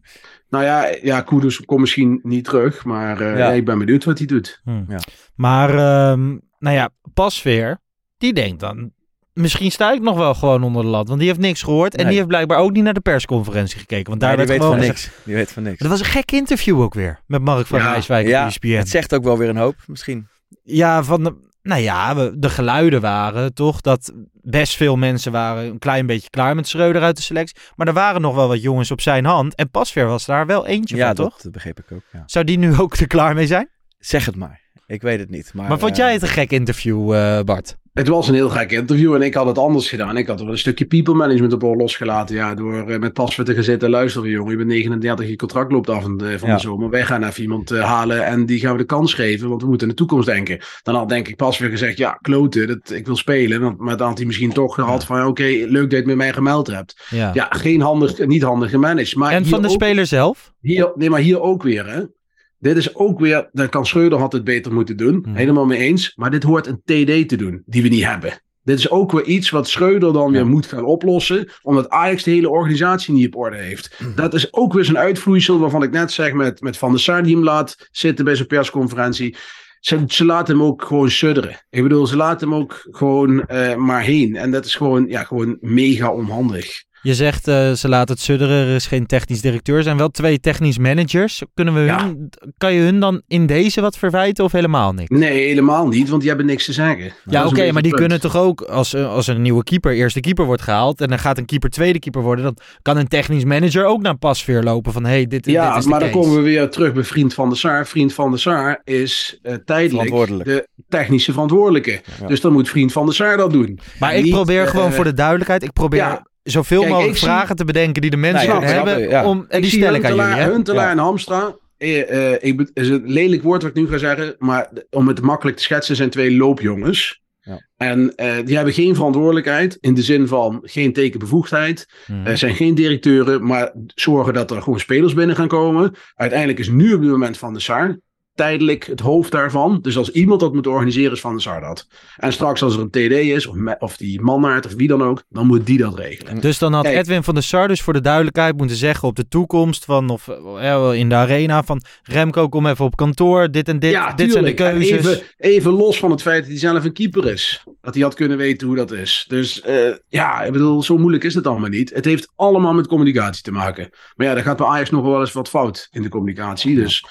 Nou ja, ja Kudus komt misschien niet terug, maar uh, ja. Ja, ik ben benieuwd wat hij doet. Hmm. Ja. Maar, um, nou ja, Pasveer, die denkt dan, misschien sta ik nog wel gewoon onder de lat, want die heeft niks gehoord en nee. die heeft blijkbaar ook niet naar de persconferentie gekeken. Want daar ja, werd die weet gewoon van niks. Die weet van niks. Dat was een gek interview ook weer, met Mark van ja. Rijswijk ja, op E S P N. Het zegt ook wel weer een hoop, misschien. Ja, van de, nou ja, we, de geluiden waren toch dat best veel mensen waren een klein beetje klaar met Schreuder uit de selectie. Maar er waren nog wel wat jongens op zijn hand. En Pasveer was daar wel eentje ja, van, dat, toch? dat begreep ik ook, ja. Zou die nu ook er klaar mee zijn? Zeg het maar. Ik weet het niet. Maar, maar vond jij het een gek interview, uh, Bart? Het was een heel gek interview en ik had het anders gedaan. Ik had er wel een stukje people management op losgelaten. Ja, door uh, met Pasveer te gaan zitten. Luister, jongen, je bent negenendertig, je contract loopt af van de, van ja. de zomer. Wij gaan even iemand uh, halen en die gaan we de kans geven, want we moeten in de toekomst denken. Dan had denk ik Pasveer gezegd, ja, kloten, dat, ik wil spelen. Maar dan had hij misschien toch gehad ja. van, oké, okay, leuk dat je het met mij gemeld hebt. Ja, ja geen handig, niet handig gemanaged. Maar en van de ook, speler zelf? Hier, nee, maar hier ook weer, hè. Dit is ook weer, dan kan Schreuder had het beter moeten doen. Hmm. Helemaal mee eens. Maar dit hoort een T D te doen, die we niet hebben. Dit is ook weer iets wat Schreuder dan ja. weer moet gaan oplossen. Omdat Ajax de hele organisatie niet op orde heeft. Hmm. Dat is ook weer zo'n uitvloeisel waarvan ik net zeg met, met Van der Sar die hem laat zitten bij zijn persconferentie. Ze, ze laten hem ook gewoon sudderen. Ik bedoel, ze laten hem ook gewoon uh, maar heen. En dat is gewoon, ja, gewoon mega onhandig. Je zegt, uh, ze laten het sudderen, er is geen technisch directeur. Er zijn wel twee technisch managers. Kunnen we ja. hun, kan je hun dan in deze wat verwijten of helemaal niks? Nee, helemaal niet, want die hebben niks te zeggen. Ja, oké, okay, maar die punt. kunnen toch ook, als, als er een nieuwe keeper, eerste keeper wordt gehaald en dan gaat een keeper tweede keeper worden, dan kan een technisch manager ook naar Pasveer lopen van, hey, dit, ja, dit is de maar case. Dan komen we weer terug bij Vriend van der Sar. Vriend van der Sar is uh, tijdelijk de technische verantwoordelijke. Ja. Dus dan moet Vriend van der Sar dat doen. Maar en ik niet, probeer uh, gewoon voor de duidelijkelijk, ik probeer... Ja, zoveel Kijk, mogelijk vragen zie... te bedenken die de mensen nou ja, hebben. Snap, ja. om, en die stel ik aan jullie. Hè? Huntelaar ja. en Hamstra. Eh, uh, ik, is een lelijk woord wat ik nu ga zeggen. Maar om het makkelijk te schetsen zijn twee loopjongens. Ja. En uh, die hebben geen verantwoordelijkheid. In de zin van geen tekenbevoegdheid. Hmm. Uh, zijn geen directeuren. Maar zorgen dat er gewoon spelers binnen gaan komen. Uiteindelijk is nu op dit moment Van der Sar tijdelijk het hoofd daarvan. Dus als iemand dat moet organiseren is Van der Sar dat. En straks als er een T D is, of, me, of die Mannaert of wie dan ook, dan moet die dat regelen. Dus dan had Kijk, Edwin van der Sar dus voor de duidelijkheid moeten zeggen op de toekomst van, of ja, in de arena van, Remco, kom even op kantoor, dit en dit, ja, dit zijn de keuzes. Even, even los van het feit dat hij zelf een keeper is. Dat hij had kunnen weten hoe dat is. Dus uh, ja, ik bedoel, zo moeilijk is het allemaal niet. Het heeft allemaal met communicatie te maken. Maar ja, daar gaat bij Ajax nog wel eens wat fout in de communicatie, dus...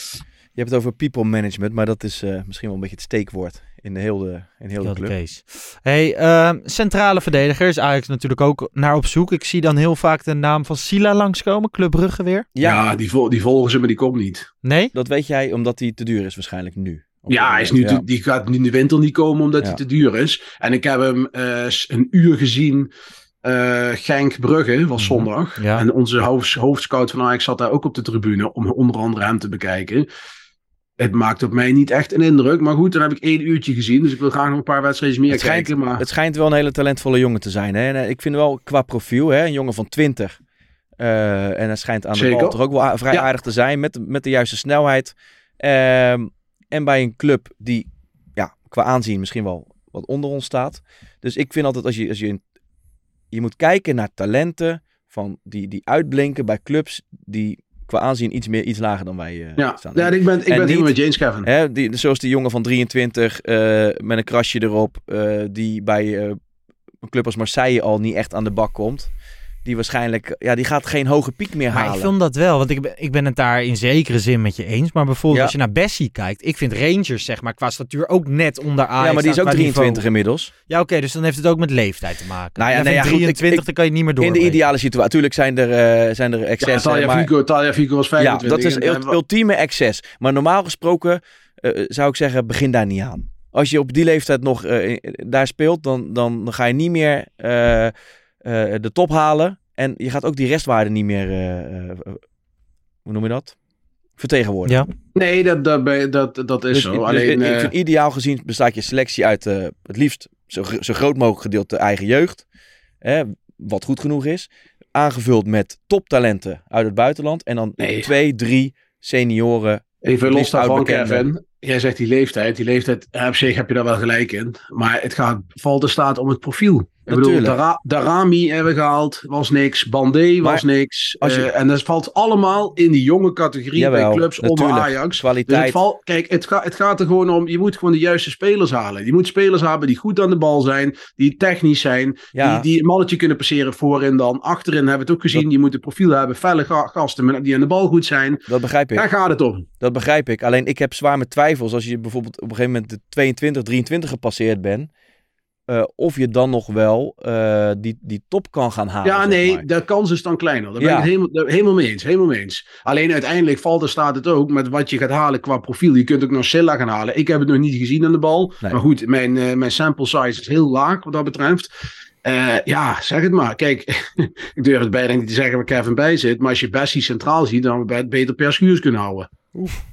Je hebt het over people management, maar dat is uh, misschien wel een beetje het steekwoord in de hele, in heel de club. Case. Hey, uh, centrale verdediger is Ajax natuurlijk ook naar op zoek. Ik zie dan heel vaak de naam van Sila langskomen, Club Brugge weer. Ja, ja die, vol- die volgen ze, maar die komt niet. Nee? Dat weet jij omdat hij te duur is waarschijnlijk nu. Ja, hij is nu ja. te, die gaat nu in de winter niet komen omdat ja. hij te duur is. En ik heb hem uh, een uur gezien... Uh, Genk Brugge was zondag. Ja. En onze hoofd, hoofdscout van Ajax zat daar ook op de tribune om onder andere hem te bekijken. Het maakt op mij niet echt een indruk. Maar goed, dan heb ik één uurtje gezien. Dus ik wil graag nog een paar wedstrijden meer het schijnt, kijken. Maar... Het schijnt wel een hele talentvolle jongen te zijn. Hè? En ik vind wel qua profiel, hè? Een jongen van twintig. Uh, en hij schijnt aan de Zeker. bal toch ook wel vrij ja. aardig te zijn. Met, met de juiste snelheid. Uh, en bij een club die ja, qua aanzien misschien wel wat onder ons staat. Dus ik vind altijd als je... Als je Je moet kijken naar talenten van die, die uitblinken bij clubs die qua aanzien iets, meer, iets lager dan wij uh, ja. staan. Ja, ik ben, ik ben het helemaal met James Kevin. Hè, die, zoals die jongen van drieëntwintig uh, met een krasje erop, uh, die bij uh, een club als Marseille al niet echt aan de bak komt. Die waarschijnlijk, ja, die gaat geen hoge piek meer halen. Maar ik vind dat wel, want ik ben, ik ben het daar in zekere zin met je eens. Maar bijvoorbeeld ja. als je naar Bessie kijkt, ik vind Rangers, zeg maar, qua statuur ook net onder Ajax. Ja, maar die is ook drieëntwintig niveau. Inmiddels. Ja, oké, okay, dus dan heeft het ook met leeftijd te maken. Nou ja, ja, nee, ja drieëntwintig, goed, ik, dan kan je het niet meer door. In de ideale situatie, natuurlijk zijn er, uh, zijn er excessen. Ja, Talia Fico, Talia Fico was vijfentwintig. Ja, dat is het ultieme excess. Maar normaal gesproken uh, zou ik zeggen, begin daar niet aan. Als je op die leeftijd nog uh, daar speelt, dan, dan, dan ga je niet meer uh, uh, de top halen. En je gaat ook die restwaarde niet meer, uh, uh, hoe noem je dat? Vertegenwoordigen. Ja. Nee, dat, dat, dat, dat is dus, zo. Dus Alleen, ik vind, ideaal gezien bestaat je selectie uit uh, het liefst zo, zo groot mogelijk gedeelte eigen jeugd. Hè, wat goed genoeg is. Aangevuld met toptalenten uit het buitenland. En dan nee. twee, drie senioren. Even los daarvan, Kevin. Jij zegt die leeftijd. Die leeftijd, op zich heb je daar wel gelijk in. Maar het gaat, valt de staat om het profiel. Ik bedoel, Dara- Darami hebben we gehaald, was niks. Bandé was maar, niks. Je... Uh, en dat valt allemaal in die jonge categorie Jawel, bij clubs onder Ajax. Kwaliteit. Dus het valt, kijk, het, ga, het gaat er gewoon om, je moet gewoon de juiste spelers halen. Je moet spelers hebben die goed aan de bal zijn, die technisch zijn, ja. die, die een mannetje kunnen passeren voorin dan. Achterin hebben we het ook gezien, dat... je moet een profiel hebben, felle ga- gasten die aan de bal goed zijn. Dat begrijp ik. Daar gaat het om. Dat begrijp ik. Alleen ik heb zwaar met twijfels als je bijvoorbeeld op een gegeven moment de tweeëntwintig, drieëntwintig gepasseerd bent. Uh, of je dan nog wel uh, die, die top kan gaan halen. Ja, nee, maar. de kans is dan kleiner. Daar ben ja. ik het helemaal, helemaal mee eens. Helemaal mee eens. Alleen uiteindelijk valt er staat het ook met wat je gaat halen qua profiel. Je kunt ook nog Silla gaan halen. Ik heb het nog niet gezien aan de bal. Nee. Maar goed, mijn, uh, mijn sample size is heel laag wat dat betreft. Uh, ja, zeg het maar. Kijk, ik durf het bijna niet te zeggen waar Kevin bij zit. Maar als je Bessie centraal ziet, dan we het beter per Schuurs kunnen houden. Oef.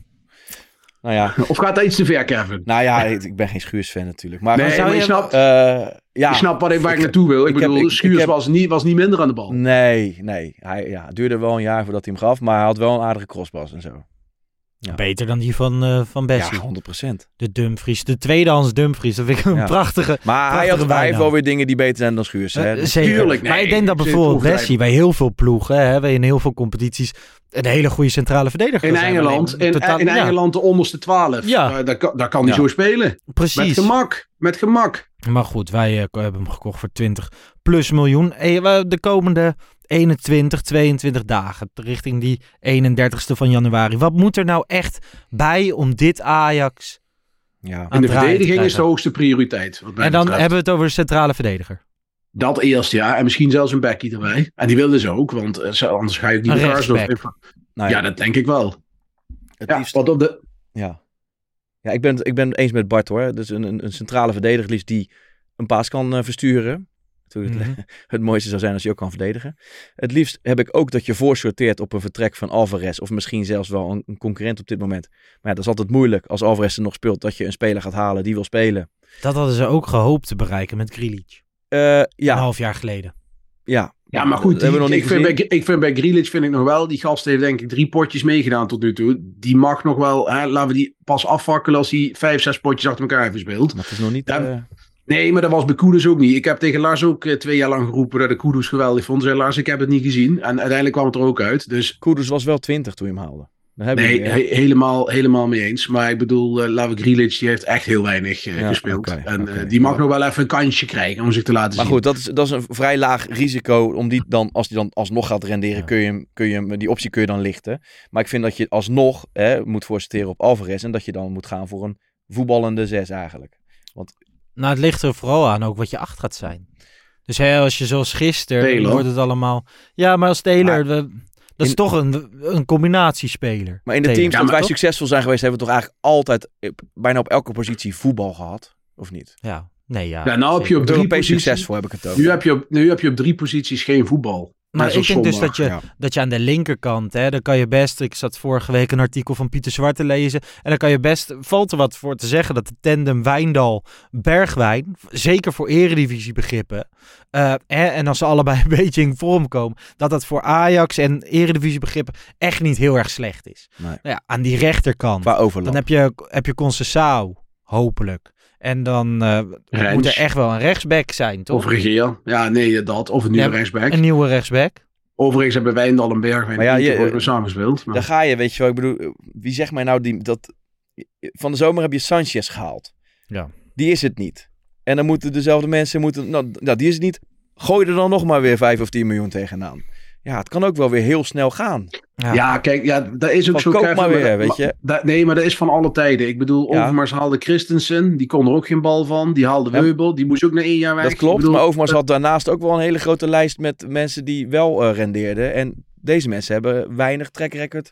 Nou ja. Of gaat dat iets te ver, Kevin? Nou ja, ik ben geen Schuurs-fan natuurlijk. Maar, nee, maar je, snapt, uh, ja, je snapt waar ik, waar ik naartoe wil. Ik, ik bedoel, heb, ik, Schuurs ik heb, was, niet, was niet minder aan de bal. Nee, nee. Hij, ja, het duurde wel een jaar voordat hij hem gaf. Maar hij had wel een aardige crossbas en zo. Ja. Beter dan die van, uh, van Bessie. Ja, honderd procent. De Dumfries. De tweedehands Dumfries. Dat vind ik een ja. prachtige Maar prachtige hij, had, hij heeft wel weer dingen die beter zijn dan Schuurs. Hè? Uh, zeker. Tuurlijk, nee, maar ik denk dat bijvoorbeeld Bessie bij heel veel ploegen, hè, in heel veel competities, een hele goede centrale verdediger in Engeland, in, totaal, in ja. Engeland de onderste twaalf. Ja. Uh, daar, kan, daar kan hij ja. zo spelen. Precies. Met gemak. Met gemak. Maar goed, wij uh, hebben hem gekocht voor twintig plus miljoen. Hey, de komende eenentwintig, tweeëntwintig dagen richting die eenendertigste van januari. Wat moet er nou echt bij om dit Ajax ja. In de verdediging is de hoogste prioriteit. Wat en dan betreft. hebben we het over de centrale verdediger. Dat eerst, ja. En misschien zelfs een backie erbij. En die wilden ze ook, want uh, anders ga je ook niet een de rechtsback. Nou ja. ja, dat denk ik wel. Het ja, liefst... wat op de... Ja, ja ik, ben het, ik ben het eens met Bart hoor. Dus een, een, een centrale verdediger liefst die een paas kan uh, versturen. Het, mm-hmm. het mooiste zou zijn als je ook kan verdedigen. Het liefst heb ik ook dat je voorsorteert op een vertrek van Alvarez. Of misschien zelfs wel een, een concurrent op dit moment. Maar ja, dat is altijd moeilijk als Alvarez er nog speelt. Dat je een speler gaat halen die wil spelen. Dat hadden ze ook gehoopt te bereiken met Grealish. Uh, ja. Een half jaar geleden. Ja. Ja, maar goed, die, nog niet ik, vind bij, ik vind bij Grealish vind ik nog wel, die gast heeft denk ik drie potjes meegedaan tot nu toe. Die mag nog wel, hè, laten we die pas afvakkelen als hij vijf, zes potjes achter elkaar heeft gespeeld. Maar het is nog niet... Ja, uh... Nee, maar dat was bij Kudus ook niet. Ik heb tegen Lars ook uh, twee jaar lang geroepen dat ik Kudus geweldig vond. Zei Lars, ik heb het niet gezien. En uiteindelijk kwam het er ook uit. Dus... Kudus was wel twintig toen je hem haalde. Nee, he- helemaal, helemaal mee eens. Maar ik bedoel, uh, Lavi Grealish, die heeft echt heel weinig uh, ja, gespeeld. Okay, en uh, okay. die mag nog wel even een kansje krijgen om zich te laten maar zien. Maar goed, dat is, dat is een vrij laag risico. Om die dan, als die dan alsnog gaat renderen, ja. kun je hem, kun je hem, die optie kun je dan lichten. Maar ik vind dat je alsnog hè, moet voorstellen op Alvarez. En dat je dan moet gaan voor een voetballende zes eigenlijk. Want... Nou, het ligt er vooral aan ook wat je acht gaat zijn. Dus hè, als je zoals gisteren, dan wordt het allemaal... Ja, maar als Taylor... Maar... We... Dat is in... toch een, een combinatiespeler. Maar in de teams ja, dat wij toch? succesvol zijn geweest, hebben we toch eigenlijk altijd bijna op elke positie voetbal gehad? Of niet? Ja, nee, ja. ja nou heb je op drie posities... succesvol heb ik het over. Nu heb je op, nu heb je op drie posities geen voetbal. Maar ik denk zondag. dus dat je, ja. dat je aan de linkerkant, hè, dan kan je best... Ik zat vorige week een artikel van Pieter Zwart te lezen. En dan kan je best, valt er wat voor te zeggen, dat de tandem Wijndal-Bergwijn, zeker voor eredivisiebegrippen, uh, en, en als ze allebei een beetje in vorm komen, dat dat voor Ajax en eredivisiebegrippen echt niet heel erg slecht is. Nee. Nou ja, aan die rechterkant, dan heb je, heb je Conceição, hopelijk. En dan uh, moet er echt wel een rechtsback zijn, toch? Of Regeer. Ja, nee, dat. Of een nieuwe ja, rechtsback. Een nieuwe rechtsback. Overigens hebben Wijndal en Bergwijn ja, niet ooit meer samengespeeld. Maar... Daar ga je, weet je wel. Ik bedoel, wie zegt mij nou die, dat... Van de zomer heb je Sanchez gehaald. Ja. Die is het niet. En dan moeten dezelfde mensen... Moeten, nou, nou, die is het niet. Gooi er dan nog maar weer vijf of tien miljoen tegenaan. Ja, het kan ook wel weer heel snel gaan. Ja, ja kijk, ja, dat is ook van zo... Koop maar weer, weet je. Da, nee, maar dat is van alle tijden. Ik bedoel, ja. Overmars haalde Christensen. Die kon er ook geen bal van. Die haalde ja. Weubel. Die moest ook na één jaar weg. Dat klopt, bedoel, maar Overmars had daarnaast ook wel een hele grote lijst met mensen die wel uh, rendeerden. En deze mensen hebben weinig track record.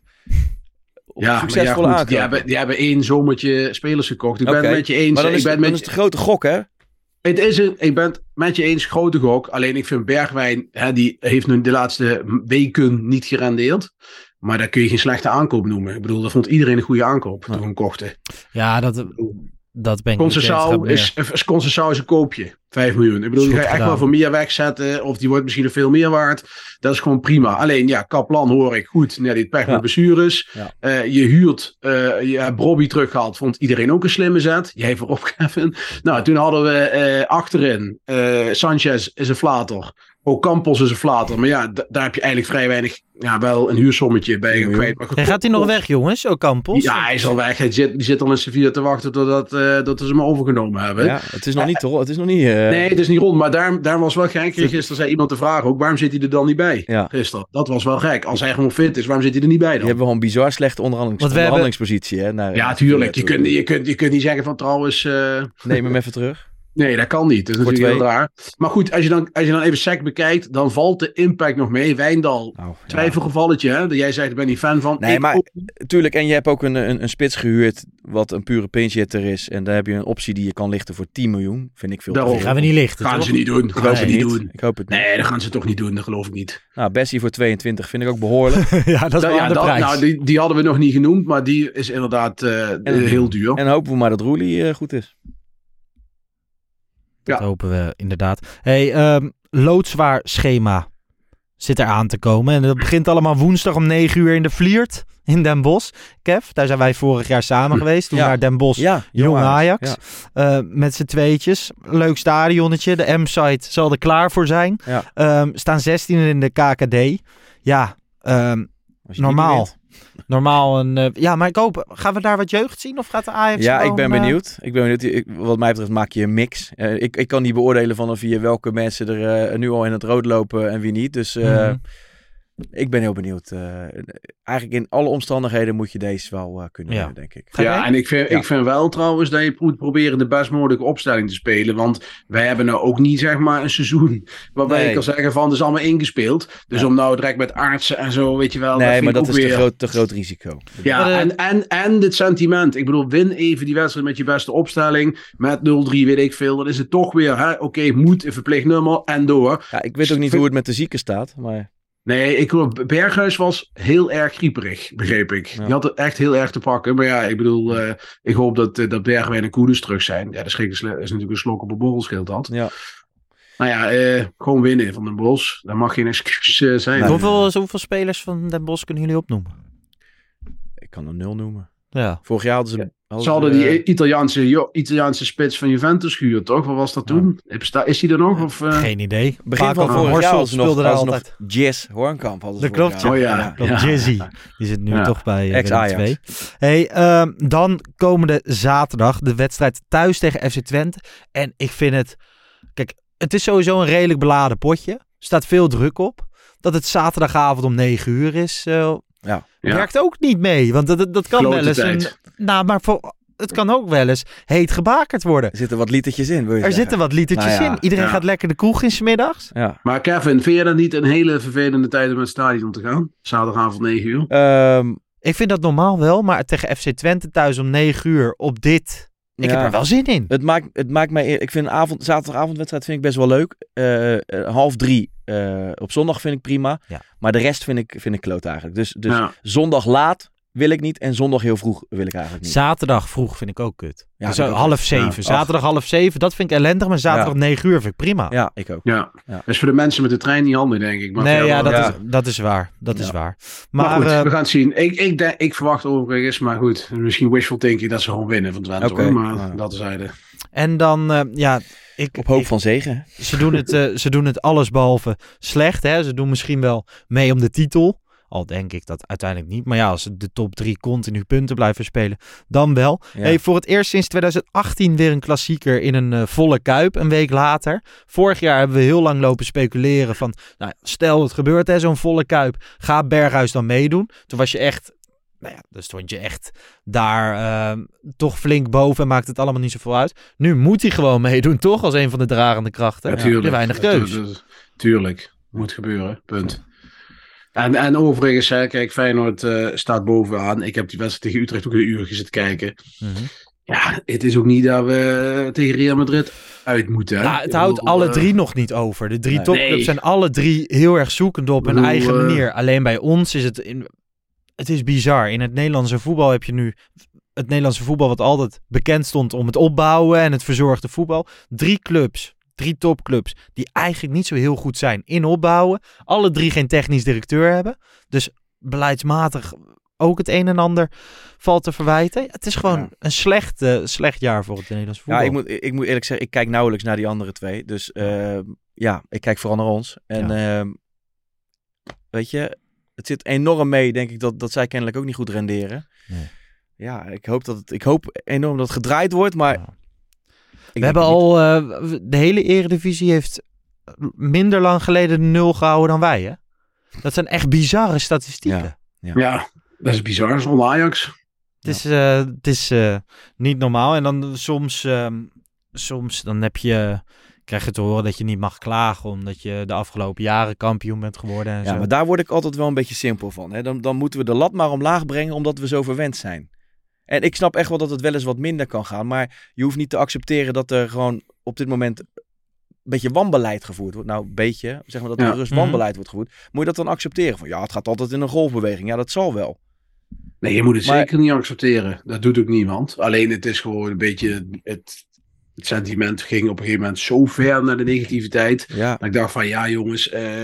Ja, succesvolle ja, die, hebben, die hebben één zomertje spelers gekocht. Ik okay. ben het met je eens. Maar dan is, ik ben dan met is het een grote gok, hè? Het is een, ik ben het met je eens, grote gok. Alleen ik vind Bergwijn, hè, die heeft nu de laatste weken niet gerendeerd. Maar daar kun je geen slechte aankoop noemen. Ik bedoel, dat vond iedereen een goede aankoop toen we hem kochten. Ja, dat, dat ben ik niet. Conceição is, is, Conceição is een koopje. vijf miljoen. Ik bedoel, die ga je echt gedaan. Wel voor meer wegzetten. Of die wordt misschien nog veel meer waard. Dat is gewoon prima. Alleen, ja, Kaplan hoor ik goed. Nee, die het pech ja. met blessures. Ja. Uh, je huurt, uh, je hebt Bobby teruggehaald. Vond iedereen ook een slimme zet. Jij voorop, Kevin. Nou, toen hadden we uh, achterin. Uh, Sanchez is een flater. Ook Campos is een flater. Maar ja, d- daar heb je eigenlijk vrij weinig... Ja, wel een huursommetje bij je kwijt. Maar en gaat hij nog weg, jongens? Ook Campos? Ja, hij is al weg. Hij zit, die zit al in Sevilla te wachten totdat uh, dat ze hem overgenomen hebben. Ja, het is nog niet toch? Het is nog niet... Uh... Nee, het is niet rond. Maar daar, daar was wel gek. Gisteren zei iemand te vragen ook, waarom zit hij er dan niet bij? Ja. Gisteren. Dat was wel gek. Als hij gewoon fit is, waarom zit hij er niet bij dan? Die hebben gewoon een bizar slechte onderhandelings- onderhandelingspositie. Hè, naar, ja, tuurlijk. Je kunt, je, kunt, je kunt niet zeggen van trouwens... Uh... Neem hem even terug. Nee, dat kan niet. Dat is natuurlijk heel raar. Maar goed, als je dan, als je dan even sec bekijkt, dan valt de impact nog mee. Wijndal, oh, ja. twijfelgevalletje, hè? Dat jij zegt, ik ben niet fan van. Nee, ik maar ook... tuurlijk. En je hebt ook een, een, een spits gehuurd, wat een pure pinch hitter is. En daar heb je een optie die je kan lichten voor tien miljoen. Vind ik veel te veel. Gaan we niet lichten, Gaan toch? ze niet doen. Gaan nee, ze niet doen. Ik hoop het niet. Nee, dat gaan ze toch niet doen. Dat geloof ik niet. Nou, Bessie voor tweeëntwintig vind ik ook behoorlijk. ja, dat is wel ja, de dat, prijs. Nou, die, die hadden we nog niet genoemd, maar die is inderdaad uh, en, heel duur. En hopen we maar dat Roelie uh, goed is. Dat ja. hopen we inderdaad. Hey, um, loodzwaar schema zit er aan te komen. En dat begint allemaal woensdag om negen uur in de Vliert in Den Bosch. Kev, daar zijn wij vorig jaar samen geweest. Toen ja. naar Den Bosch, ja, Jong Ajax. Ja. Uh, met z'n tweetjes. Leuk stadionnetje. De M-site zal er klaar voor zijn. Ja. Um, staan zestien in de K K D. Ja, um, normaal. Normaal een... Uh, ja, maar ik hoop... Gaan we daar wat jeugd zien? Of gaat de Ajax Ja, gewoon, ik ben benieuwd. Ik ben benieuwd. Ik, wat mij betreft maak je een mix. Uh, ik, ik kan niet beoordelen van via welke mensen er uh, nu al in het rood lopen en wie niet. Dus uh, mm-hmm. ik ben heel benieuwd. Uh, eigenlijk in alle omstandigheden moet je deze wel uh, kunnen ja. winnen, denk ik. Ja, en ik vind, ja. ik vind wel trouwens dat je moet proberen de best mogelijke opstelling te spelen. Want wij hebben nou ook niet zeg maar een seizoen waarbij nee. ik kan zeggen van het is allemaal ingespeeld. Dus ja. om nou direct met artsen en zo, weet je wel. Nee, dat maar dat is weer... te groot, te groot risico. Ja, uh, en, en, en dit sentiment. Ik bedoel, win even die wedstrijd met je beste opstelling. Met nul drie, weet ik veel. Dan is het toch weer, oké, okay, moet een verplicht nummer en door. Ja, ik weet ook niet vind... hoe het met de zieken staat, maar... Nee, ik hoor, Berghuis was heel erg grieperig, begreep ik. Ja. Die had het echt heel erg te pakken. Maar ja, ik bedoel, uh, ik hoop dat, uh, dat Bergwijn en Koeders terug zijn. Ja, dat is, geen, is natuurlijk een slok op een borrel, scheelt dat. Ja. Nou ja, uh, gewoon winnen van Den Bosch. Dat mag geen excuus uh, zijn. Nee. Hoeveel, hoeveel spelers van Den Bosch kunnen jullie opnoemen? Ik kan er nul noemen. Ja. Vorig jaar hadden ze... Ja. Ze hadden die Italiaanse, jo, Italiaanse spits van Juventus gehuurd, toch? Wat was dat toen? Ja. Is hij er nog? Of, uh... Geen idee. Begin van vorig jaar hadden ze nog, hadden nog Jazz Hoornkamp. Dat klopt. Oh ja. ja. ja. Jizzy. Die zit nu ja. toch bij Ex-Ajax. twee. Hey, um, dan komende zaterdag de wedstrijd thuis tegen F C Twente. En ik vind het... Kijk, het is sowieso een redelijk beladen potje. Er staat veel druk op. Dat het zaterdagavond om negen uur is... Uh, Ja. Werkt ja. ook niet mee, want dat, dat kan Klote wel eens een, nou, maar voor, het kan ook wel eens heet gebakerd worden. Er zitten wat litertjes in, wil je Er zeggen. zitten wat litertjes nou ja. in. Iedereen ja. gaat lekker de kroeg in 's middags. Ja. Maar Kevin, vind je dat niet een hele vervelende tijd om naar het stadion te gaan? Zaterdagavond negen uur? Um, ik vind dat normaal wel, maar tegen F C Twente thuis om negen uur op dit... Ik ja. heb er wel zin in. Het maakt, het maakt mij... Ik vind een avond, zaterdagavondwedstrijd vind ik best wel leuk. Uh, uh, half drie uh, op zondag vind ik prima. Ja. Maar de rest vind ik, vind ik kloot eigenlijk. Dus, dus ja. zondag laat wil ik niet. En zondag heel vroeg wil ik eigenlijk niet. Zaterdag vroeg vind ik ook kut. Ja, dus half zeven. Ja, zaterdag half zeven. Dat vind ik ellendig. Maar zaterdag ja. negen uur vind ik prima. Ja, ik ook. Ja. ja. Dat is voor de mensen met de trein niet handig, denk ik. Maar nee, ja, dat, ja. Is, dat is waar. Dat ja. is waar. Maar, maar goed, uh, we gaan het zien. Ik, ik, denk, ik verwacht overigens, maar goed. Misschien wishful thinking dat ze gewoon winnen van Twente. Okay. Maar ja. dat is zijde. En dan, uh, ja... Ik, Op hoop ik, van zegen. Ze doen, het, uh, ze doen het alles behalve slecht. Hè? Ze doen misschien wel mee om de titel. Al denk ik dat uiteindelijk niet. Maar ja, als de top drie continu punten blijven spelen, dan wel. Ja. Hey, voor het eerst sinds twintig achttien weer een klassieker in een uh, volle Kuip. Een week later. Vorig jaar hebben we heel lang lopen speculeren van... Nou, stel het gebeurt, hè, zo'n volle Kuip. Gaat Berghuis dan meedoen? Toen was je echt... Nou ja, dan stond je echt daar uh, toch flink boven en maakt het allemaal niet zoveel uit. Nu moet hij gewoon meedoen, toch? Als een van de dragende krachten. Ja, tuurlijk. Ja, weinig keus. Ja, tuurlijk. Moet gebeuren. Punt. En, en overigens, hè, kijk, Feyenoord uh, staat bovenaan. Ik heb die wedstrijd tegen Utrecht ook een uur zitten kijken. Mm-hmm. Ja, het is ook niet dat we tegen Real Madrid uit moeten. Hè? Ja, het houdt bedoel, alle uh, drie nog niet over. De drie nee. topclubs nee. zijn alle drie heel erg zoekend op hun bedoel, eigen manier. Uh, Alleen bij ons is het... In, Het is bizar. In het Nederlandse voetbal heb je nu het Nederlandse voetbal wat altijd bekend stond om het opbouwen en het verzorgde voetbal. Drie clubs, drie topclubs die eigenlijk niet zo heel goed zijn in opbouwen. Alle drie geen technisch directeur hebben. Dus beleidsmatig ook het een en ander valt te verwijten. Het is gewoon ja. een slecht, uh, slecht jaar voor het Nederlands voetbal. Ja, ik moet, ik moet eerlijk zeggen, ik kijk nauwelijks naar die andere twee. Dus uh, ja, ik kijk vooral naar ons. En ja. uh, weet je, het zit enorm mee, denk ik, dat, dat zij kennelijk ook niet goed renderen. Nee. Ja, ik hoop, dat het, ik hoop enorm dat het gedraaid wordt, maar... Ja. We hebben al... Uh, de hele Eredivisie heeft minder lang geleden de nul gehouden dan wij, hè? Dat zijn echt bizarre statistieken. Ja, ja. ja dat is bizar, zonder Ajax. Het is, uh, het is uh, niet normaal. En dan soms, uh, soms dan heb je... krijg je te horen dat je niet mag klagen omdat je de afgelopen jaren kampioen bent geworden. En ja, zo. Maar daar word ik altijd wel een beetje simpel van. Hè? Dan, dan moeten we de lat maar omlaag brengen omdat we zo verwend zijn. En ik snap echt wel dat het wel eens wat minder kan gaan. Maar je hoeft niet te accepteren dat er gewoon op dit moment een beetje wanbeleid gevoerd wordt. Nou, een beetje. Zeg maar dat er ja. rust wanbeleid wordt gevoerd. Moet je dat dan accepteren? Van ja, het gaat altijd in een golfbeweging. Ja, dat zal wel. Nee, je moet het maar, zeker niet accepteren. Dat doet ook niemand. Alleen het is gewoon een beetje... Het, het sentiment ging op een gegeven moment zo ver naar de negativiteit. Ja. Dat ik dacht van ja jongens... Uh,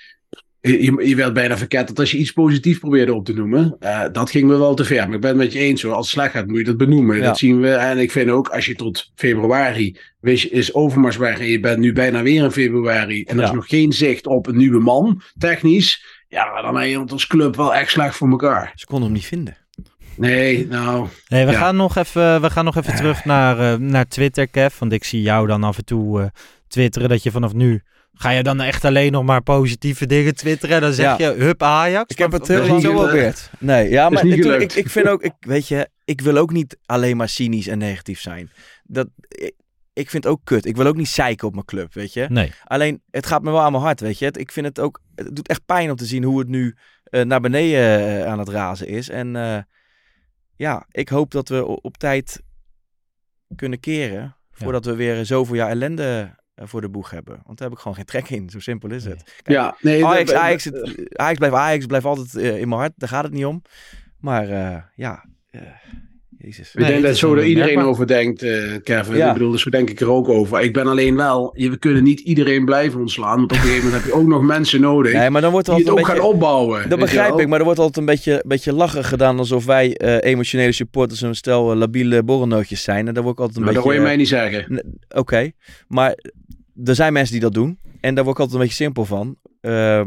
Je, je werd bijna verketterd als je iets positiefs probeerde op te noemen. Uh, dat ging me wel te ver. Maar ik ben het met je eens hoor. Als het slecht gaat moet je dat benoemen. Ja. Dat zien we. En ik vind ook als je tot februari weet je, is Overmars weg. En je bent nu bijna weer in februari. En er ja. is nog geen zicht op een nieuwe man. Technisch. Ja, dan heb je als club wel echt slecht voor elkaar. Ze konden hem niet vinden. Nee, nou... Nee, we, ja. gaan nog even, we gaan nog even uh. terug naar, uh, naar Twitter, Kev. Want ik zie jou dan af en toe uh, twitteren dat je vanaf nu... Ga je dan echt alleen nog maar positieve dingen twitteren? Dan zeg ja. je, hup Ajax. Ik heb het heel lang zo geprobeerd. Nee, ja, maar ik, ik, ik vind ook, ik, weet je, ik wil ook niet alleen maar cynisch en negatief zijn. Dat, ik, ik vind het ook kut. Ik wil ook niet zeiken op mijn club, weet je. Nee. Alleen, het gaat me wel aan mijn hart, weet je. Het, ik vind het ook, het doet echt pijn om te zien hoe het nu uh, naar beneden uh, aan het razen is. En uh, ja, ik hoop dat we op tijd kunnen keren. Voordat ja. we weer zoveel jaar ellende... voor de boeg hebben. Want daar heb ik gewoon geen trek in. Zo simpel is het. Kijk, ja, nee, Ajax, Ajax, het, Ajax blijft Ajax, blijft altijd uh, in mijn hart. Daar gaat het niet om. Maar uh, ja, uh, jezus. Ik nee, denk dat zo er iedereen merkbaar. over denkt, uh, Kevin. Ja. Ik bedoel, dus zo denk ik er ook over. Ik ben alleen wel, we kunnen niet iedereen blijven ontslaan. Want op een gegeven moment heb je ook nog mensen nodig nee, maar dan wordt die het ook beetje, gaan opbouwen. Dat begrijp ik, maar er wordt altijd een beetje, beetje lachen gedaan alsof wij uh, emotionele supporters een stel uh, labiele borrelnootjes zijn. En daar word ik altijd een maar beetje... dat hoor je mij niet zeggen. N- Oké, okay. Maar... Er zijn mensen die dat doen. En daar word ik altijd een beetje simpel van. Uh,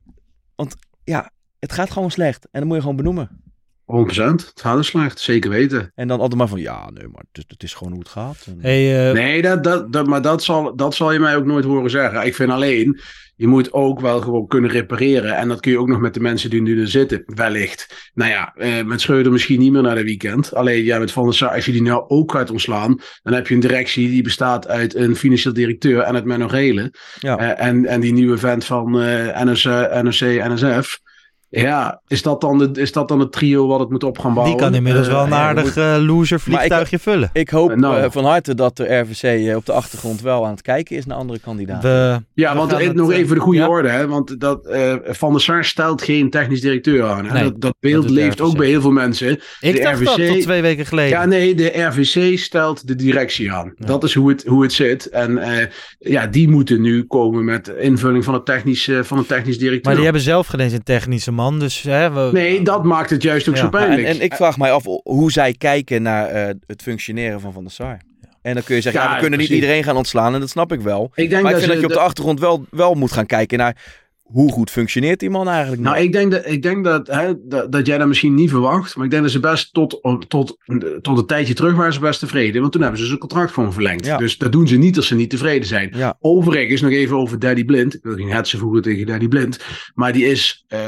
want ja, het gaat gewoon slecht. En dat moet je gewoon benoemen. honderd procent. Het gaat dus slecht. Zeker weten. En dan altijd maar van, ja, nee, maar het is, het is gewoon hoe het gaat. En... Hey, uh... Nee, dat, dat, dat, maar dat zal, dat zal je mij ook nooit horen zeggen. Ik vind alleen, je moet ook wel gewoon kunnen repareren. En dat kun je ook nog met de mensen die nu er zitten, wellicht. Nou ja, uh, met Schreuder misschien niet meer naar de weekend. Alleen, ja, met Van der Sar, als je die nou ook gaat ontslaan, dan heb je een directie die bestaat uit een financieel directeur en het Menno Relen. Ja. Uh, en, en die nieuwe vent van uh, N S, uh, N O C, N S F. Ja, is dat, dan de, is dat dan het trio wat het moet op gaan bouwen? Die kan inmiddels uh, wel een aardig ja, moet... uh, loser vliegtuigje ik, vullen. Ik hoop uh, nou. uh, van harte dat de R V C uh, op de achtergrond wel aan het kijken is naar andere kandidaten. We, ja, we want het, nog even de goede ja? orde. Hè, want dat, uh, Van der Sar stelt geen technisch directeur aan. Hè? Nee, dat, dat beeld dat leeft ook bij heel veel mensen. Ik de dacht R V C, dat tot twee weken geleden. Ja, nee, de R V C stelt de directie aan. Ja. Dat is hoe het, hoe het zit. En uh, ja, die moeten nu komen met de invulling van, het technisch, uh, van een technisch directeur. Maar die hebben zelf geen eens een technische man, dus... Hè, we... Nee, dat maakt het juist ook ja. zo pijnlijk. En, en ik vraag mij af hoe zij kijken naar uh, het functioneren van Van der Sar. En dan kun je zeggen, ja, ja, we kunnen precies. niet iedereen gaan ontslaan. En dat snap ik wel. Ik denk maar ik vind dat je op de achtergrond wel, wel moet gaan kijken naar... Hoe goed functioneert die man eigenlijk nog? Nou, ik denk dat, ik denk dat, hè, dat, dat jij dat misschien niet verwacht. Maar ik denk dat ze best tot, tot, tot een tijdje terug waren ze best tevreden. Want toen hebben ze zijn contract gewoon verlengd. Ja. Dus dat doen ze niet als ze niet tevreden zijn. Ja. Overigens nog even over Daddy Blind. Ik wil geen hetsen voegen tegen Daddy Blind. Maar die is uh,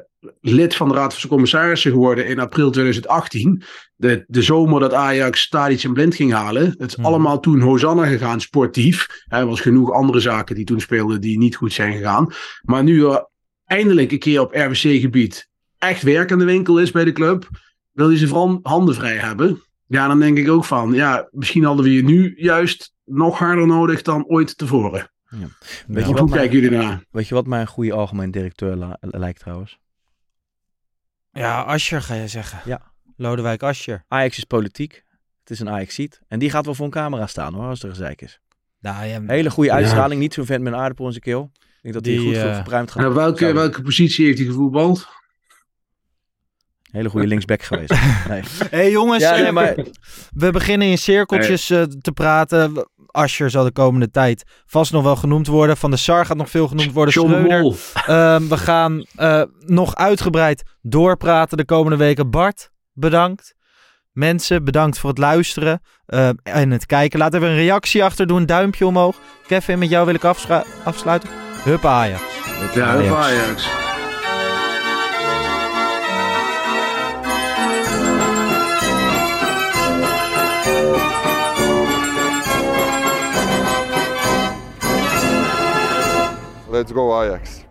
lid van de Raad van Commissarissen geworden in april twintig achttien. De, de zomer dat Ajax Tadic en Blind ging halen. Het is hmm. allemaal toen Hosanna gegaan, sportief. Er was genoeg andere zaken die toen speelden die niet goed zijn gegaan. Maar nu er eindelijk een keer op R W C-gebied echt werk aan de winkel is bij de club, wil hij ze vooral handen vrij hebben. Ja, dan denk ik ook van, ja, misschien hadden we je nu juist nog harder nodig dan ooit tevoren. Ja. Weet je, hoe kijken jullie naar? Weet je wat mij een goede algemeen directeur la- lijkt trouwens? Ja, Asscher ga je zeggen. Ja. Lodewijk Asscher. Ajax is politiek. Het is een Ajaxiet. En die gaat wel voor een camera staan hoor, als er gezeik is. Nou, ja, Hele goede ja. uitstraling. Niet zo'n vent met een aardappel in zijn keel. Ik denk dat hij Die, goed voor uh, verpruimd gaat. En op welke, welke positie heeft hij gevoetbald? Hele goede linksback geweest. Nee. Hé hey, jongens, ja, nee, uh, maar... we beginnen in cirkeltjes uh, te praten. Asscher zal de komende tijd vast nog wel genoemd worden. Van der Sar gaat nog veel genoemd worden. Schreuder. Uh, we gaan uh, nog uitgebreid doorpraten de komende weken. Bart, bedankt. Mensen, bedankt voor het luisteren uh, en het kijken. Laat even een reactie achter. Doe een duimpje omhoog. Kevin, met jou wil ik afscha- afsluiten. Hup Ajax. Hup ja, Ajax. Hup Ajax. Let's go Ajax.